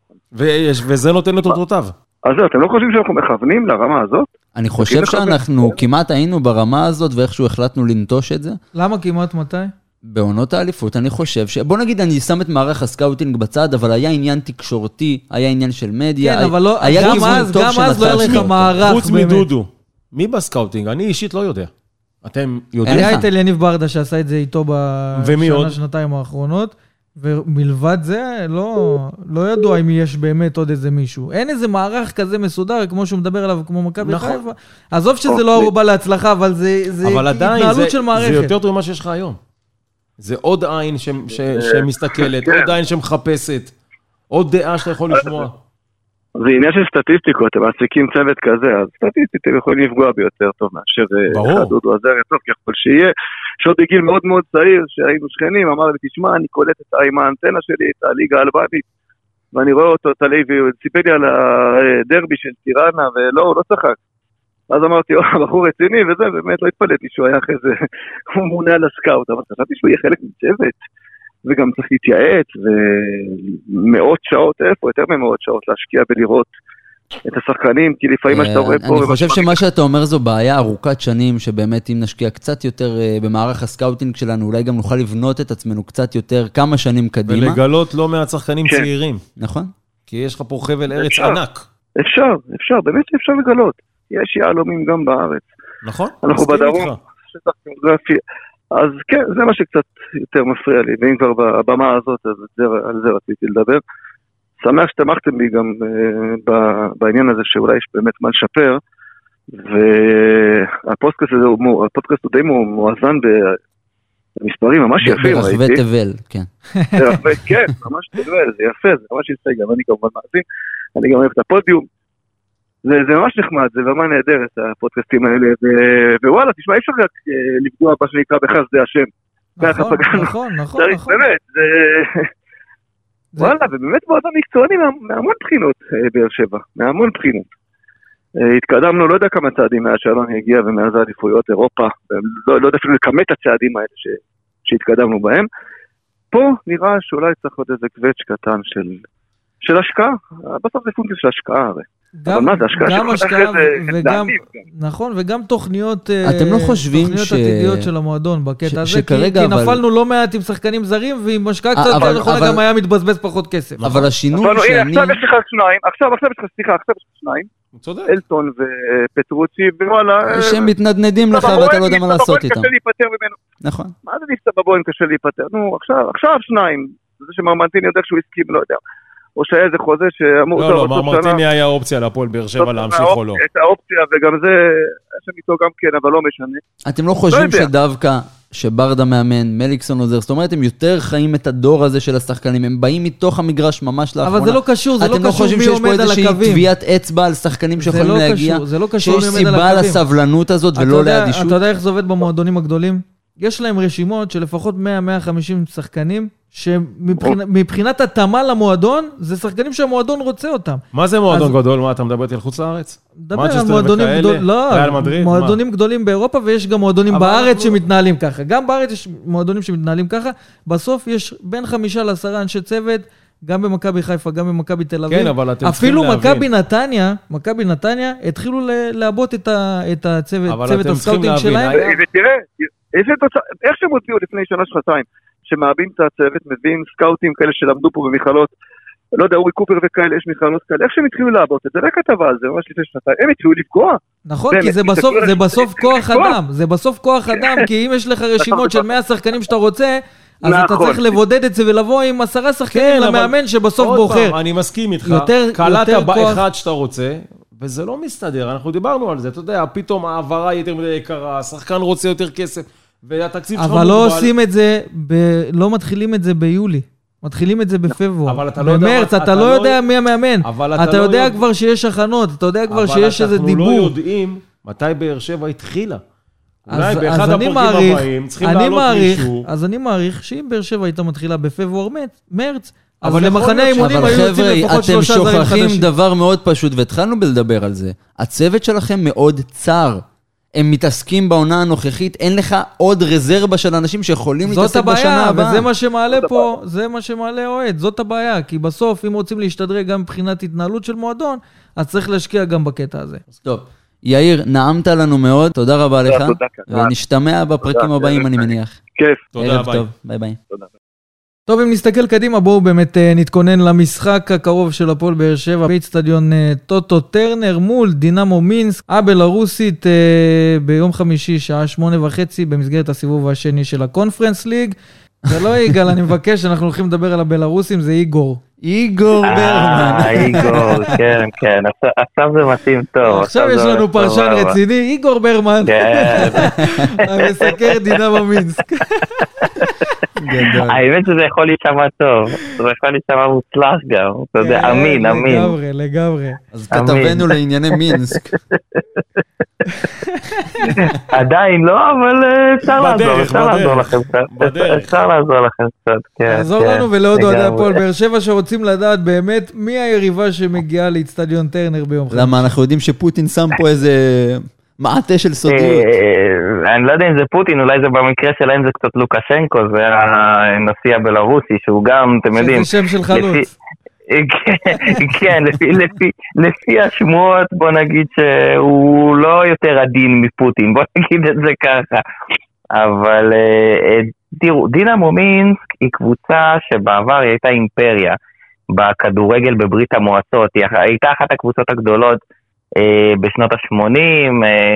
וזה נותן את אותותיו. אז אתם לא חושבים שאנחנו מכוונים לרמה הזאת? אני חושב שאנחנו כמעט היינו ברמה הזאת ואיכשהו החלטנו לנטוש את זה. למה כמעט מתי? בעונות האליפות, אני חושב בוא נגיד, אני שם את מערך הסקאוטינג בצד, אבל היה עניין תקשורתי, היה עניין של מדיה. כן, אבל לא, גם אז לא היה לך מערך. חוץ מדודו. מי בסקאוטינג? אני אישית לא יודע. אתם יודעים? היה את יניב ברדה שעשה את זה איתו בשנה, שנתיים האחרונות, ומלבד זה, לא ידוע אם יש באמת עוד איזה מישהו. אין איזה מערך כזה מסודר, כמו שהוא מדבר עליו, כמו מכבי חיפה. עזוב שזה לא ערובה להצלחה, אבל זה התנהלות של מערכת. זה יותר טוב ממה שיש לך היום. זה עוד עין שמסתכלת, עוד עין שמחפשת, עוד דעה שאתה יכול לשמוע. זה עניין של סטטיסטיקות, הם מעסיקים צוות כזה, אז סטטיסטית הם יכולים לפגוע ביותר טוב מאשר דודו עזריה טוב, ככל שיהיה. שעוד בגיל מאוד מאוד צעיר, שהיינו שכנים, אמר לי, תשמע, אני קולט עם האנטנה שלי, את הליגה האלבנית, ואני רואה אותו, את הלוי, הוא סיפר לי על הדרבי של טיראנה, ולא, הוא לא צחק. אז אמרתי, בחור רציני, וזה, באמת לא התפלאתי שהוא היה אחרי זה, הוא מונה על הסקאוט, אבל חשבתי שהוא יהיה חלק מצוות, וגם צריך להתייעץ, ומאות שעות, איפה, יותר ממאות שעות, להשקיע בלראות את השחקנים, כי לפעמים מה שאתה רואה פה... אני חושב שמה שאתה אומר זו בעיה ארוכת שנים, שבאמת אם נשקיע קצת יותר במערך הסקאוטינג שלנו, אולי גם נוכל לבנות את עצמנו קצת יותר כמה שנים קדימה. ולגלות לא מעט שחקנים צעירים. נכון. כי יש לך פה חבל ארץ ענק. אפשר, באמת אפשר לגלות. יש יעלומים גם בארץ. נכון. אנחנו בדרום, שטח גיאוגרפי. אז כן, זה מה שקצת יותר מפריע לי, ואם כבר בבמה הזאת, אז על זה רציתי לדבר. שמח שתמכתם בי גם בעניין הזה, שאולי יש באמת מה לשפר, והפודקאסט הזה, הפודקאסט הוא די מואזן במספרים ממש יפים. ברחבי תבל, כן. כן, ממש תבל, זה יפה, זה ממש יפה, גם אני כמובן מאזין, אני גם אוהב את הפודיום, זה ממש נחמד, זה ממש נהדר את הפודקאסטים האלה, ווואלה, תשמע, אי אפשר רק לפגוע מה שנקרא בחסדי השם. נכון. באמת, וואלה, ובאמת מועדון מקצועני מהמון בחינות באר שבע, מהמון בחינות. התקדמנו, לא יודע כמה צעדים מאז שאלון הגיע ומאז האליפויות אירופה, לא יודע אפילו לכמת את הצעדים האלה שהתקדמנו בהם. פה נראה שאולי צריך עוד איזה קווץ' קטן של השקעה, בסוף זה פונקציה של השקעה הרי. גם השקעה וגם, נכון, וגם תוכניות עתידיות של המועדון בקטע הזה, כי נפלנו לא מעט עם שחקנים זרים, ועם השקעה קצת יותר נכונה גם היה מתבזבז פחות כסף. אבל השינוי שאני... עכשיו יש לך שניים, עכשיו יש לך שניים, אלטון ופטרוצי, ווואלה... שהם מתנדנדים לך ואתה לא יודע מה לעשות איתם. קשה להיפטר ממנו. נכון. מה זה נפצע בבוהן קשה להיפטר? נו, עכשיו שניים. זה שמרמנטיני יודע שהוא הסכים, לא יודע. או שהיה איזה חוזה שאמור... לא, מרמנטיני היה אופציה להפועל באר שבע להמשיך או לא. את האופציה, וגם זה, יש איתו גם כן, אבל לא משנה. אתם לא חושבים שדווקא שברדה מאמן, מליקסון עוזר, זאת אומרת, הם יותר חיים את הדור הזה של השחקנים, הם באים מתוך המגרש ממש לאחרונה. אבל זה לא קשור, זה לא קשור מי עומד על הקווים. אתם לא חושבים שיש פה איזושהי טביעת אצבע על שחקנים שיכולים להגיע? זה לא קשור שיש סיבה לסבלנות הזאת ולא לאדישות? אתה יודע איך זה עובד במועדונים הגדולים? יש להם רשימות של לפחות 100-150 שחקנים, שמבחינת התאמה למועדון, זה שחקנים שהמועדון רוצה אותם. מה זה מועדון גדול? מה, אתה מדבר על חוץ לארץ? מדבר על מועדונים גדולים, לא, מועדונים גדולים באירופה, ויש גם מועדונים בארץ שמתנהלים ככה. גם בארץ יש מועדונים שמתנהלים ככה, בסוף יש בין 5 ל10 אנשי צוות, גם במכבי חיפה, גם במכבי תל אביב. כן, אבל אתם צריכים להבין. אפילו מכבי נתניה, התחילו לעבוד את הצוות הסקאוטינג שלהם. ותראה, איך שהם הוציאו לפני שנה-שנתיים, שמאבים את הצוות, מביאים סקאוטים כאלה שלמדו פה במכללות, לא יודע, אורי קופר וכאלה, יש מכללות כאלה, איך שהם התחילו לעבוד את זה, רק כתבה על זה, ממש לפני שנתיים, הם התחילו לפגוע. נכון, כי זה בסוף כוח אדם, זה בסוף כוח אדם, כי אם יש לך רשימות של 100 שחקנים שאתה רוצה, אז אתה צריך לבודד את זה ולבוא עם 10 שחקנים למאמן שבסוף בוחר. אני מסכים איתך, קלעת באחד שאתה רוצה, וזה לא מסתדר, אנחנו דיברנו על זה, אתה יודע, פתאום העברה יותר מדי יקרה, השחקן רוצה יותר כסף, והתקציב שלך אבל לא עושים את זה, לא מתחילים את זה ביולי. מתחילים את זה בפברואר. במרץ, אתה לא יודע מי המאמן. אתה יודע כבר שיש הכנות, אתה יודע כבר שיש איזה דיבור. אבל אנחנו לא יודעים מתי באר שבע התחילה. אולי באחד הפרקים הבאים צריכים לעלות מישהו. אז אני מעריך שאם באר שבע הייתה מתחילה בפברואר, מרץ, אבל למחנה האימונים היו יוצאים לפחות 3 זרים חדשים. אתם שוכחים דבר מאוד פשוט, והתחלנו בלדבר על זה. הצוות שלכם מאוד צר. הם מתעסקים בעונה הנוכחית, אין לך עוד רזרבה של אנשים שיכולים להתעסק בשנה הבאה. וזה מה שמעלה פה, זה מה שמעלה אוהד, זאת הבעיה, כי בסוף אם רוצים להשתדרג גם מבחינת התנהלות של מועדון, אז צריך להשקיע גם בקטע הזה. טוב, יאיר, נעמת לנו מאוד, תודה רבה לך, ונשתמע בפרקים הבאים אני מניח. כיף. תודה, ביי. ביי ביי. טוב, אם נסתכל קדימה, בואו באמת נתכונן למשחק הקרוב של הפועל באר שבע באצטדיון טוטו טרנר מול דינמו מינסק, הבלרוסית ביום חמישי, שעה 8:30, במסגרת הסיבוב השני של הקונפרנס ליג. זה לא יגאל, אני מבקש, אנחנו הולכים לדבר על הבלרוסים, זה איגור. איגור ברמן. איגור, כן, כן, עכשיו זה מתאים טוב. עכשיו יש לנו פרשן רציני, איגור ברמן. כן. המסקר דינמו מינסק. האמת שזה יכול להישמע טוב, זה יכול להישמע מוצלח גם, אתה יודע, אמין. לגמרי. אז כתבנו לענייני מינסק. עדיין לא, אבל אפשר לעזור לכם קצת. לעזור לנו ולעוד אוהדי הפועל באר שבע שרוצים לדעת באמת מי היריבה שמגיעה לאצטדיון טרנר ביום חמישי. למה אנחנו יודעים שפוטין שם פה איזה מעטה של סודיות. אני לא יודע אם זה פוטין, אולי זה במקרה שלהם זה קצת לוקשנקו, זה הנשיא הבלרוסי, שהוא גם, אתם יודעים... שזה שם של חלוץ. כן, לפי השמועות, בוא נגיד שהוא לא יותר עדין מפוטין, בוא נגיד את זה ככה. אבל תראו, דינמו מינסק היא קבוצה שבעבר היא הייתה אימפריה בכדורגל בברית המועצות, היא הייתה אחת הקבוצות הגדולות בשנות ה-80,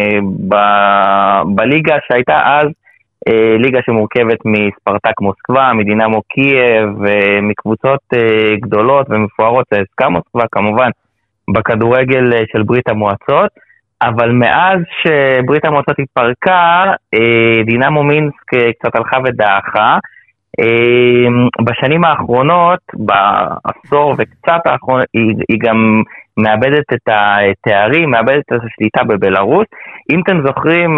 בליגה שהייתה אז, ליגה שמורכבת מספרטק מוסקבה, מדינמו קייב, מקבוצות גדולות ומפוארות, סקה מוסקבה כמובן, בכדורגל של ברית המועצות, אבל מאז שברית המועצות התפרקה, דינמו מינסק קצת הלכה ודעכה, בשנים האחרונות, בעשור וקצת האחרונות, היא גם מאבדת את התארים, מאבדת את השליטה בבלרוס. אם אתם זוכרים,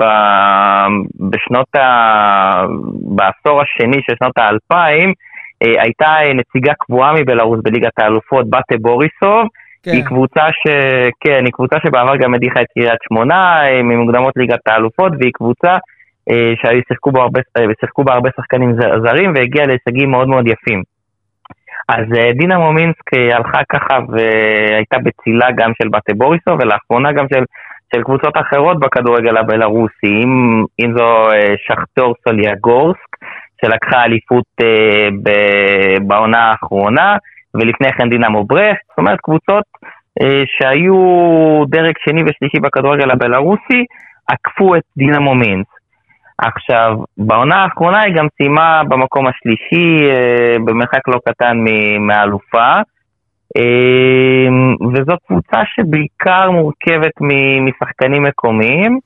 בעשור השני של שנות ה-2000, הייתה נציגה קבועה מבלרוס בליגת האלופות, באטה בוריסוב, כן. היא קבוצה שבעבר גם הדיחה את קריית שמונה, ממוקדמות ליגת האלופות, והיא קבוצה ששיחקו בה הרבה שחקנים זרים, והגיעה להישגים מאוד מאוד יפים. אז דינמו מינסק הלכה ככה והייתה בצילה גם של באטה בוריסוב, ולאחרונה גם של קבוצות אחרות בכדורגל הבלרוסי, אם זו שכטור סוליאגורסק, שלקחה אליפות בעונה האחרונה, ולפני כן דינמו ברסט, זאת אומרת קבוצות שהיו דרג שני ושלישי בכדורגל הבלרוסי, עקפו את דינמו מינסק. עכשיו, בעונה האחרונה היא גם סיימה במקום השלישי, במרחק לא קטן מהאלופה, וזו קבוצה שבעיקר מורכבת משחקנים מקומיים,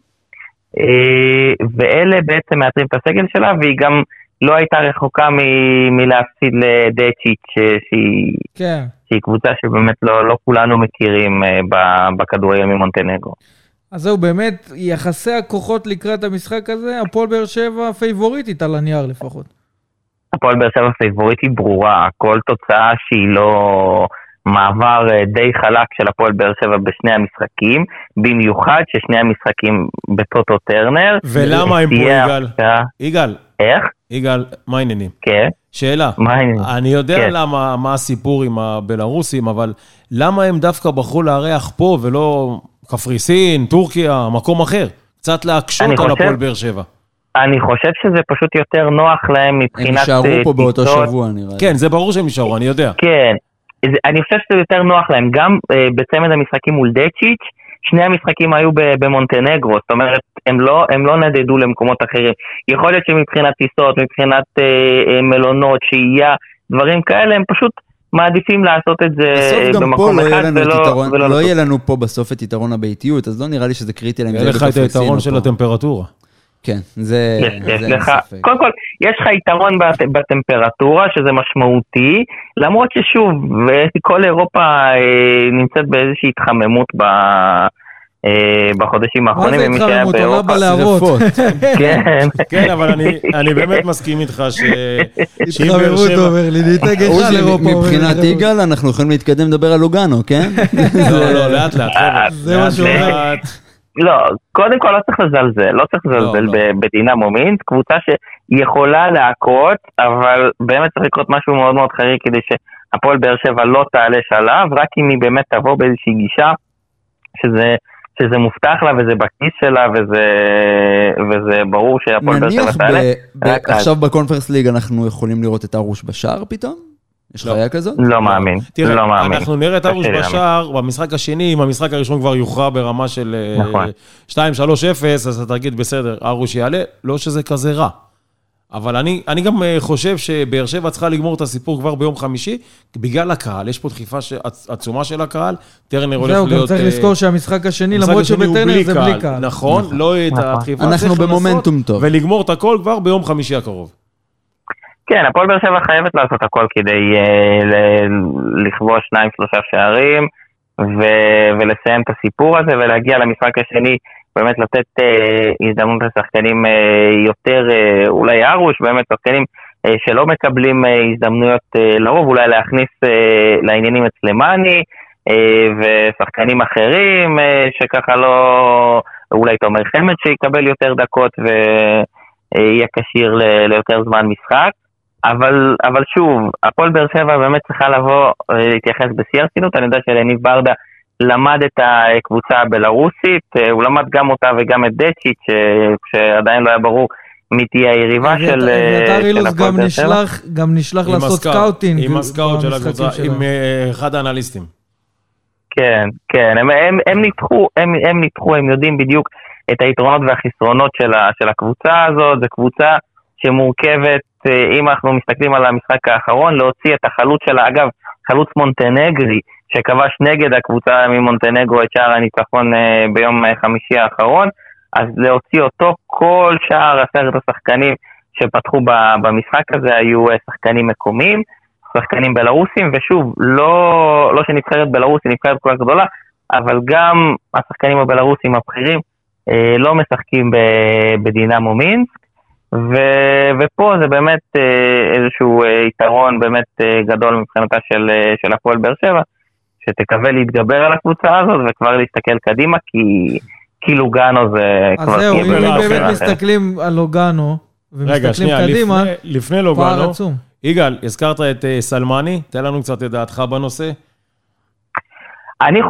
ואלה בעצם מאתרים את הסגל שלה, והיא גם לא הייתה רחוקה מלהפסיד לדצ'יץ' שהיא קבוצה שבאמת לא כולנו מכירים בכדורגל ממונטנגרו. אז זהו, באמת, יחסי הכוחות לקראת המשחק הזה, הפועל באר שבע פייבוריטית על הנייר לפחות. הפועל באר שבע פייבוריטית ברורה, כל תוצאה שהיא לא מעבר די חלק של הפועל באר שבע בשני המשחקים, במיוחד ששני המשחקים בטוטו טרנר. ולמה הם פה, יגאל? יגאל. איך? יגאל, מה העניינים? כן. שאלה, אני יודע למה, מה הסיפור עם הבלרוסים, אבל למה הם דווקא בחרו לארח פה ולא קפריסין, טורקיה, מקום אחר? קצת להקשות על הפועל באר שבע. אני חושב שזה פשוט יותר נוח להם מבחינת... הם נשארו פה באותו שבוע, נראה. כן, זה ברור שהם נשארו, אני יודע. כן, אני חושב שזה יותר נוח להם. גם בצמד המשחקים מול דצ'יץ', שני המשחקים היו במונטנגרו, זאת אומרת, הם לא נדדו למקומות אחרים. יכול להיות שמבחינת טיסות, מבחינת מלונות, שהייה, דברים כאלה, הם פשוט מעדיפים לעשות את זה במקום אחד ולא... לא יהיה לנו פה בסוף את יתרון הביתיות, אז לא נראה לי שזה קריטי להם. יהיה לך את היתרון של הטמפרטורה. כן, זה אין ספק. קודם כל, יש לך יתרון בטמפרטורה, שזה משמעותי, למרות ששוב, כל אירופה נמצאת באיזושהי התחממות בחודשים האחרונים. מה זה התחממות? עולה בלהבות. כן, אבל אני באמת מסכים איתך התחממות אומר לי, להתגש על אירופה. מבחינת יגאל, אנחנו יכולים להתקדם לדבר על לוגאנו, כן? לא, לאט לאט. זה מה שאומר. לא, קודם כל לא צריך לזלזל, לא צריך לזלזל בדינמו מינסק, קבוצה שיכולה להכות, אבל באמת צריך לקרות משהו מאוד מאוד חריג כדי שהפועל באר שבע לא תעלה שלב, רק אם היא באמת תבוא באיזושהי גישה שזה מובטח לה וזה בכיס שלה וזה ברור שהפועל באר שבע תעלה. עכשיו בקונפרנס ליג אנחנו יכולים לראות את ארוש בשער פתאום? יש חיה כזאת? לא מאמין. תראה, אנחנו נראה את ארוש בשער במשחק השני, אם המשחק הראשון כבר יוכרע ברמה של 2-3-0, אז אתה תגיד בסדר, ארוש יעלה, לא שזה כזה רע. אבל אני גם חושב שבאר שבע צריכה לגמור את הסיפור כבר ביום חמישי, בגלל הקהל, יש פה דחיפה עצומה של הקהל, טרנר הולך להיות... זהו, גם צריך לזכור שהמשחק השני, למרות שבטרנר זה בלי קהל. נכון, לא את הדחיפה. אנחנו במומנטום טוב. ולגמור את הכל כבר ביום חמישי הקרוב. כן, הפועל באר שבע חייבת לעשות הכל כדי לכבוש 2-3 שערים ולסיים את הסיפור הזה ולהגיע למשחק השני, באמת לתת הזדמנות לשחקנים יותר, אולי ארוש, באמת שחקנים שלא מקבלים הזדמנויות לרוב, אולי להכניס לעניינים את סלמני ושחקנים אחרים שככה לא, אולי תומר חמד שיקבל יותר דקות ויהיה קשיר ליותר זמן משחק. אבל שוב, הפועל באר שבע באמת צריכה לבוא להתייחס בשיא הרצינות. אני יודע שלניב ברדה למד את הקבוצה הבלרוסית, הוא למד גם אותה וגם את דצ'יץ' שעדיין לא היה ברור מי תהיה היריבה של הפועל באר שבע. גם נשלח לעשות סקאוטינג. עם הסקאוט של הקבוצה, עם אחד האנליסטים. כן, הם ניתחו, הם יודעים בדיוק את היתרונות והחסרונות של הקבוצה הזאת. זו קבוצה שמורכבת, אם אנחנו מסתכלים על המשחק האחרון, להוציא את החלוץ שלה, אגב, חלוץ מונטנגרי, שכבש נגד הקבוצה ממונטנגרו את שער הניצחון ביום חמישי האחרון, אז להוציא אותו, כל שער 10 השחקנים שפתחו במשחק הזה היו שחקנים מקומיים, שחקנים בלרוסים, ושוב, לא שנבחרת בלרוס היא נבחרת כל כך גדולה, אבל גם השחקנים הבלרוסים הבכירים לא משחקים בדינמו מינסק, ופה זה באמת איזשהו יתרון באמת גדול מבחינתה של הפועל באר שבע, שתקווה להתגבר על הקבוצה הזאת וכבר להסתכל קדימה, כי לוגאנו זה כבר... אז זהו, אם באמת מסתכלים על לוגאנו ומסתכלים קדימה, לפני לוגאנו, יגאל, הזכרת את סלמני, תן לנו קצת את דעתך בנושא. אני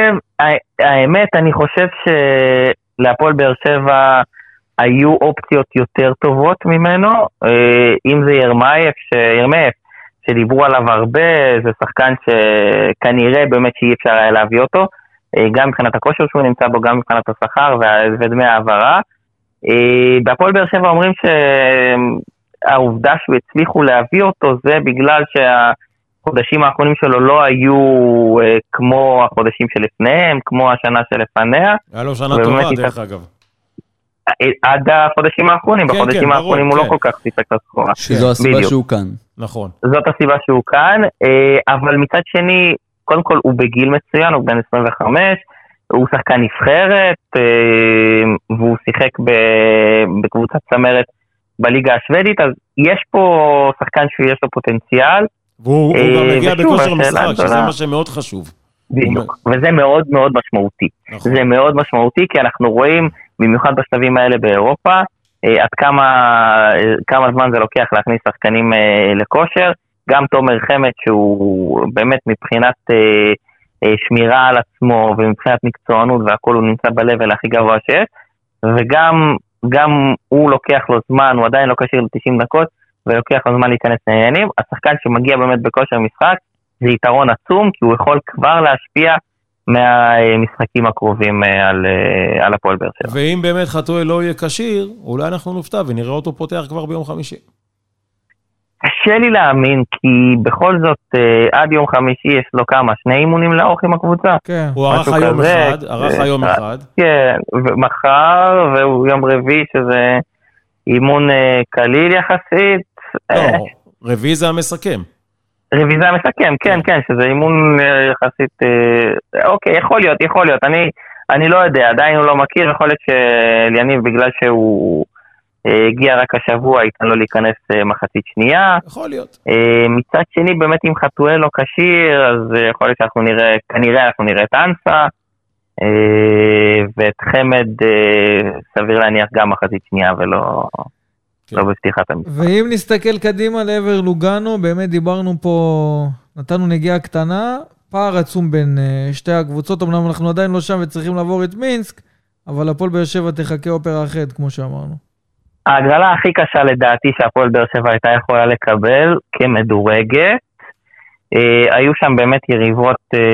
חושב שלהפועל באר שבע היו אופציות יותר טובות ממנו, אם זה ירמייף, שדיברו עליו הרבה, זה שחקן שכנראה באמת שאי אפשר היה להביא אותו, גם מבחינת הכושר שהוא נמצא בו, גם מבחינת השכר ודמי העברה. בהפועל באר שבע אומרים שהעובדה שהוא הצליחו להביא אותו, זה בגלל שהחודשים האחרונים שלו לא היו כמו החודשים שלפניהם, כמו השנה שלפניה. היה לו שנה טובה דרך אגב. עד החודשים האחרונים, בחודשים האחרונים הוא לא כל כך סיפק את הסחורה. שזו הסיבה שהוא כאן. נכון. זאת הסיבה שהוא כאן, אבל מצד שני, קודם כל הוא בגיל מצוין, הוא בן 25, הוא שחקן נבחרת, והוא שיחק בקבוצת צמרת בליגה השוודית, אז יש פה שחקן שיש לו פוטנציאל. והוא גם מגיע בכושר משחק, שזה מה שמאוד חשוב. בדיוק, וזה מאוד מאוד משמעותי. זה מאוד משמעותי, כי אנחנו רואים, במיוחד בשלבים האלה באירופה, עד כמה זמן זה לוקח להכניס שחקנים לכושר. גם תומר חמד, שהוא באמת מבחינת שמירה על עצמו, ומבחינת מקצוענות והכל, הוא נמצא בלבל הכי גבוה שיש, וגם הוא לוקח לו זמן, הוא עדיין לא קשיר ל-90 דקות, ולוקח לו זמן להיכנס לעניינים. השחקן שמגיע באמת בכושר משחק, זה יתרון עצום, כי הוא יכול כבר להשפיע מהמשחקים הקרובים על הפועל באר שבע. ואם באמת חתואל לא יהיה קשיר, אולי אנחנו נופתע ונראה אותו פותח כבר ביום חמישי. קשה לי להאמין, כי בכל זאת, עד יום חמישי יש לו כמה, 2 אימונים לאורך עם הקבוצה. כן. הוא ערך היום אחד. כן, ומחר, והוא יום רביעי, שזה אימון קליל יחסית. לא, רביעי זה המסכם. רביעי זה המסכם, כן, שזה אימון יחסית, אוקיי, יכול להיות, אני לא יודע, עדיין הוא לא מכיר, יכול להיות שליניב בגלל שהוא הגיע רק השבוע, ייתן לו להיכנס מחצית שנייה. יכול להיות. מצד שני, באמת אם חתואל לא כשיר, אז יכול להיות שאנחנו נראה את אנסה, ואת חמד סביר להניח גם מחצית שנייה ולא בפתיחת המשחק. ואם נסתכל קדימה לעבר לוגאנו, באמת דיברנו פה, נתנו נגיעה קטנה, פער עצום בין שתי הקבוצות, אמנם אנחנו עדיין לא שם וצריכים לעבור את מינסק, אבל הפועל באר שבע תחכה אופרה אחרת, כמו שאמרנו. ההגרלה הכי קשה לדעתי שהפועל באר שבע הייתה יכולה לקבל כמדורגת, היו שם באמת יריבות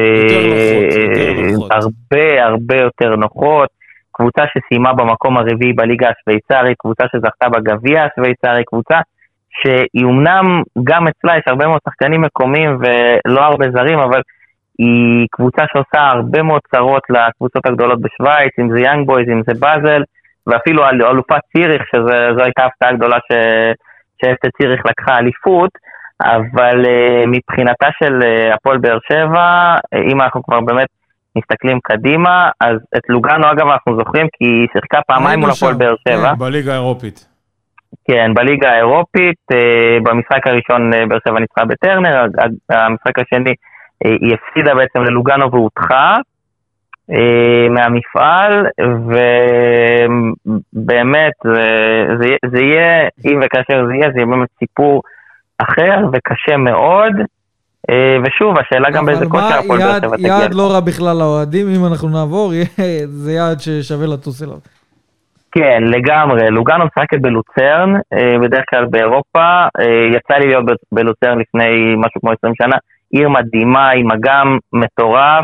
הרבה יותר נוחות, קבוצה שסיימה במקום הרביעי בליגה השוויצרית, קבוצה שזכתה בגביע השוויצרי, קבוצה שהיא אמנם גם אצלה יש הרבה מאוד שחקנים מקומיים ולא הרבה זרים, אבל היא קבוצה שעושה הרבה מאוד צרות לקבוצות הגדולות בשוויץ, אם זה יאנג בויז, אם זה באזל, ואפילו אלופת ציריך, שזו הייתה הפתעה גדולה שאפת ציריך לקחה אליפות, אבל מבחינתה של הפועל באר שבע, אם אנחנו כבר באמת מסתכלים קדימה, אז את לוגאנו אגב אנחנו זוכרים, כי היא שיחקה פעמיים מול הפועל באר שבע. בליגה האירופית. כן, בליגה האירופית, במשחק הראשון באר שבע ניצחה בטרנר, המשחק השני היא הפסידה בעצם ללוגאנו והודחה מהמפעל, ובאמת זה יהיה, אם וכאשר זה יהיה באמת סיפור אחר וקשה מאוד, ושוב, השאלה גם באיזה כושר הפועל באר שבע תגיע. יעד לא רע בכלל לאוהדים, אם אנחנו נעבור, זה יעד ששווה לטוס אליו. כן, לגמרי. לוגאנו משחקת בלוצרן, בדרך כלל באירופה, יצא לי להיות בלוצרן לפני משהו כמו 20 שנה, עיר מדהימה, עם אגם מטורף,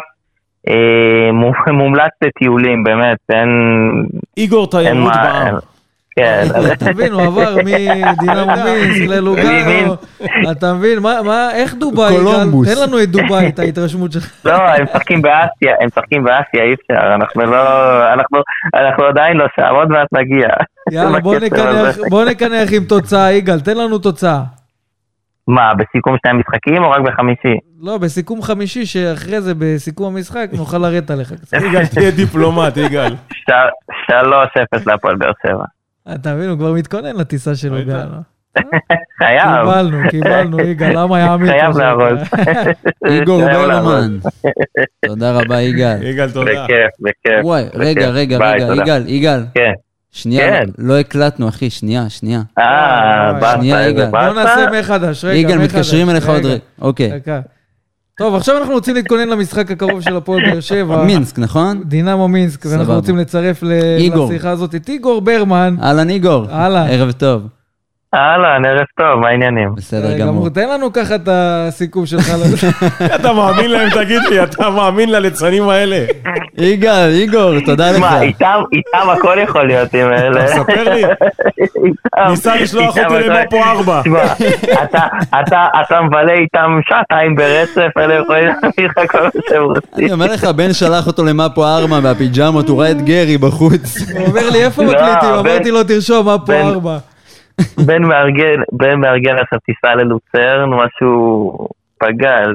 מומלץ לטיולים, באמת, אין... איגור תיירות בעם. כן. אתה מבין, הוא עבר מדינמו מינסק ללוגאנו, אתה מבין, איך דובאי, תן לנו את דובאי, את ההתרשמות שלך. לא, הם משחקים באסיה, אי אפשר, אנחנו עדיין לא שם, עוד מעט נגיע. יאללה, בוא נקנח עם תוצאה, יגאל, תן לנו תוצאה. מה, בסיכום 2 משחקים או רק בחמישי? לא, בסיכום חמישי, שאחרי זה בסיכום המשחק נוכל לרדת עליך קצת. יגאל, תהיה דיפלומט, יגאל. 3-0 להפועל באר שבע. אתה מבין, הוא כבר מתכונן לטיסה שלו גם. חייב. קיבלנו, יגאל, למה יעמיד? חייב לעבוד. איגור ברמן. תודה רבה, יגאל. יגאל, תודה. בכיף. וואי, רגע, יגאל. כן. שנייה, לא הקלטנו, אחי, שנייה. שנייה, יגאל. בוא נעשה מחדש, רגע. יגאל, מתקשרים אליך עוד רגע. אוקיי. טוב, עכשיו אנחנו רוצים להתכונן למשחק הקרוב של הפועל באר שבע. מינסק, נכון? דינמו מינסק, ואנחנו רוצים לצרף לשיחה הזאת את איגור ברמן. אהלן איגור. ערב טוב. אהלן, ערב טוב, מה העניינים? בסדר גמור. תן לנו ככה את הסיכום שלך. אתה מאמין להם, תגיד לי, אתה מאמין לליצנים האלה? איגור, תודה לך. מה, איתם הכל יכול להיות עם אלה. ספר לי. ניסה לשלוח אותי למפו 4. אתה מבלה איתם 2 ברצף, אלה יכולים להביא לך כל מה שהם רוצים. אני אומר לך, בן שלח אותו למפו 4 מהפיג'מות, הוא ראה את גרי בחוץ. הוא אומר לי, איפה מקליטים? אמרתי לו, תרשום מפו 4. בן מארגן עכשיו טיסה ללוצרן, משהו פגז.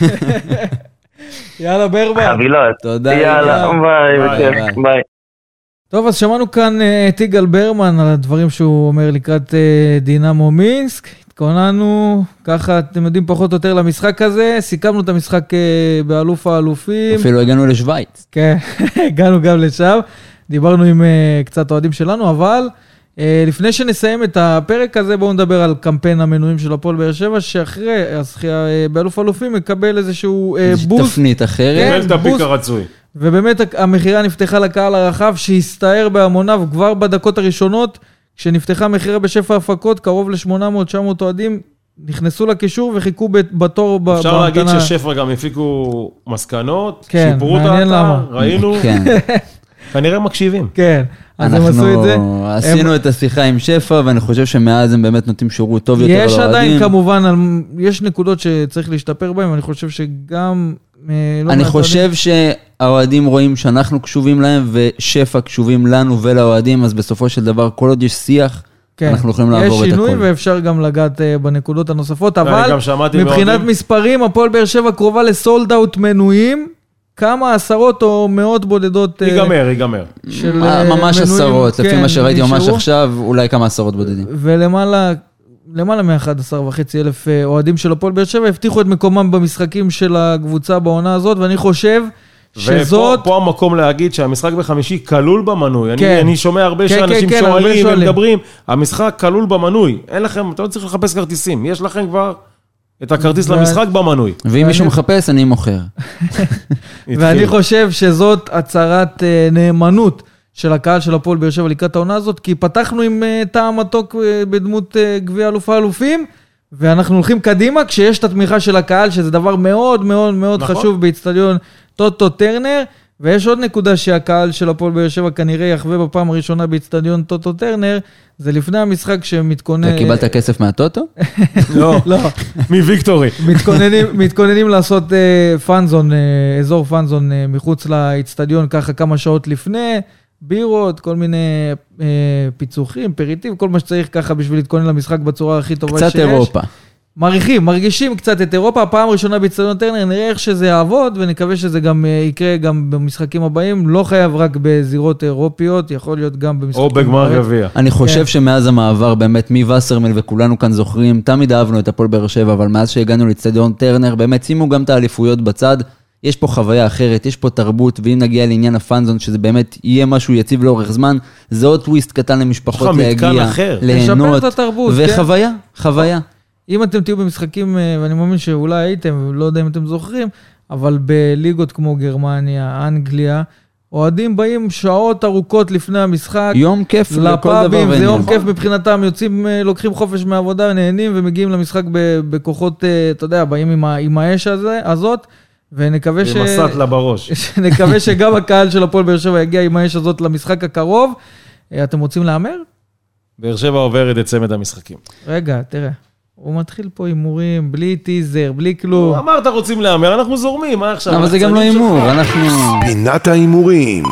יאללה ברמן. חבילות. תודה. יאללה, ביי. טוב, אז שמענו כאן את יגאל ברמן על הדברים שהוא אומר לקראת דינמו מינסק. התכוננו, ככה אתם יודעים פחות או יותר למשחק הזה, סיכמנו את המשחק באלוף האלופים. אפילו הגענו לשוויץ. כן, הגענו גם לשם. דיברנו עם קצת אוהדים שלנו, אבל... לפני שנסיים את הפרק הזה, בואו נדבר על קמפיין המנויים של הפועל באר שבע, שאחרי הזכייה באלוף אלופים מקבל איזשהו בוסט. תפנית אחרת. מקבל את הפיק הרצוי. ובאמת המחירה נפתחה לקהל הרחב, שהסתער בהמוניו כבר בדקות הראשונות, כשנפתחה מחירה בשפע הפקות, קרוב ל-800-900 אוהדים, נכנסו לקישור וחיכו בתור בהמתנה. אפשר להגיד ששפע גם הפיקו מסקנות, כן, שיפרו את מעניין למה. ראינו. כן. כנראה מקשיבים. כן, אז הם עשו את זה. אנחנו עשינו את השיחה עם שפע, ואני חושב שמאז הם באמת נותנים שירות טוב יותר לאוהדים. יש עדיין כמובן, יש נקודות שצריך להשתפר בהן, אני חושב שגם... אני חושב שהאוהדים רואים שאנחנו קשובים להם, ושפע קשובים לנו ולאוהדים, אז בסופו של דבר, כל עוד יש שיח, אנחנו יכולים לעבור את הכל. יש שינוי ואפשר גם לגעת בנקודות הנוספות, אבל מבחינת מספרים, הפועל באר שבע קרובה לסולד אאוט מנויים, כמה עשרות או מאות בודדות. ייגמר. ממש עשרות, לפי מה שראיתי ממש עכשיו, אולי כמה עשרות בודדים. ולמעלה מ-11,500 אוהדים של הפועל באר שבע, הבטיחו את מקומם במשחקים של הקבוצה בעונה הזאת, ואני חושב שזאת... ופה המקום להגיד שהמשחק בחמישי כלול במנוי. אני שומע הרבה שאנשים שואלים ומדברים, המשחק כלול במנוי. אין לכם, אתם לא צריכים לחפש כרטיסים, יש לכם כבר את הכרטיס למשחק במנוי. ואם מישהו מחפש, אני מוכר. ואני חושב שזאת הצהרת נאמנות של הקהל של הפועל באר שבע לקראת העונה הזאת, כי פתחנו עם טעם מתוק בדמות גביע אלופי האלופים, ואנחנו הולכים קדימה כשיש את התמיכה של הקהל, שזה דבר מאוד מאוד מאוד חשוב באצטדיון טוטו טרנר, ויש עוד נקודה שהקהל של הפועל באר שבע כנראה יחווה בפעם הראשונה באצטדיון טוטו טרנר, זה לפני המשחק שמתכונן... אתה קיבלת כסף מהטוטו? לא, מוויקטורי. מתכוננים לעשות פאנזון, אזור פאנזון מחוץ לאצטדיון ככה כמה שעות לפני, בירות, כל מיני פיצוחים, פריטים, כל מה שצריך ככה בשביל להתכונן למשחק בצורה הכי טובה שיש. קצת אירופה. מרגישים קצת את אירופה, הפעם הראשונה באצטדיון טרנר, נראה איך שזה יעבוד, ונקווה שזה גם יקרה גם במשחקים הבאים, לא חייב רק בזירות אירופיות, יכול להיות גם במשחקים... או בגמר גביע. אני חושב שמאז המעבר באמת מווסרמיל וכולנו כאן זוכרים, תמיד אהבנו את הפועל באר שבע, אבל מאז שהגענו לאצטדיון טרנר, באמת שימו גם את האליפויות בצד, יש פה חוויה אחרת, יש פה תרבות, ואם נגיע לעניין הפאנזון, שזה באמת יהיה משהו יציב לאורך זמן, זה עוד טוויסט קטן למשפחות להגיע, ליהנות, וחוויה, חוויה. אם אתם תהיו במשחקים, ואני מאמין שאולי הייתם, לא יודע אם אתם זוכרים, אבל בליגות כמו גרמניה, אנגליה, אוהדים באים שעות ארוכות לפני המשחק. יום כיף לכל דבר. זה יום כיף מבחינתם, יוצאים, לוקחים חופש מהעבודה, נהנים ומגיעים למשחק בכוחות, אתה יודע, באים עם האש הזאת, ונקווה עם הסטלה בראש. נקווה שגם הקהל של הפועל באר שבע יגיע עם האש הזאת למשחק הקרוב. אתם רוצים לאמר? באר שבע עוברת את צמד המשחקים. רגע, תראה. הוא מתחיל פה אימורים, בלי טיזר, בלי כלום. אמרת רוצים לאמר, אנחנו זורמים, מה עכשיו? אבל זה גם לא אימור, אנחנו... פינת האימורים.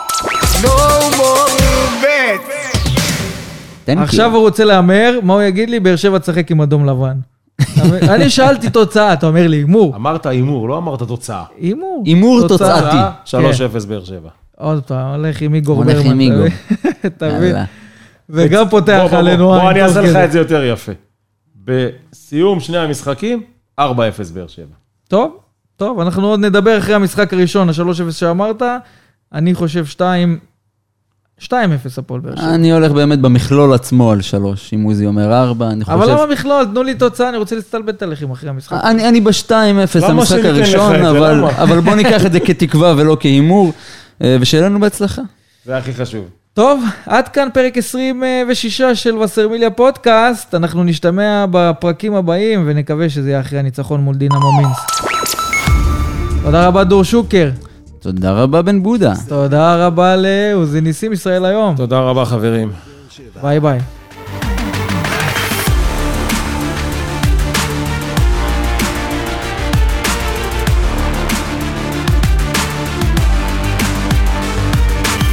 עכשיו הוא רוצה לאמר, מה הוא יגיד לי? באר שבע תשחק עם אדום לבן. אני שאלתי תוצאה, אתה אומר לי אימור. אמרת אימור, לא אמרת תוצאה. אימור. אימור תוצאתי. 3-0 באר שבע. עוד פעם, הולך עם איגור ברמן. הולך עם איגור. תבין. וגם פותח עלינו. בוא אני אעשה לך את זה יותר יפה. בסיום שני המשחקים, 4-0 באר שבע. טוב, אנחנו עוד נדבר אחרי המשחק הראשון, ה-3-0 שאמרת, אני חושב 2-0 הפועל באר שבע. אני הולך באמת במכלול עצמו על 3, אם עוזי אומר 4, אני חושב... אבל למה מכלול? תנו לי תוצאה, אני רוצה להסתלבט עליכם אחרי המשחק. אני ב-2-0 המשחק הראשון, אבל בוא ניקח את זה כתקווה ולא כהימור, ושיהיה לנו בהצלחה. זה הכי חשוב. טוב, עד כאן פרק 26 של וסרמיליה פודקאסט, אנחנו נשתמע בפרקים הבאים, ונקווה שזה יהיה אחרי הניצחון מול דינמו מינסק. תודה רבה דור שוקר. תודה רבה בן בודה. תודה רבה לעוזי ניסים ישראל היום. תודה רבה חברים. ביי ביי.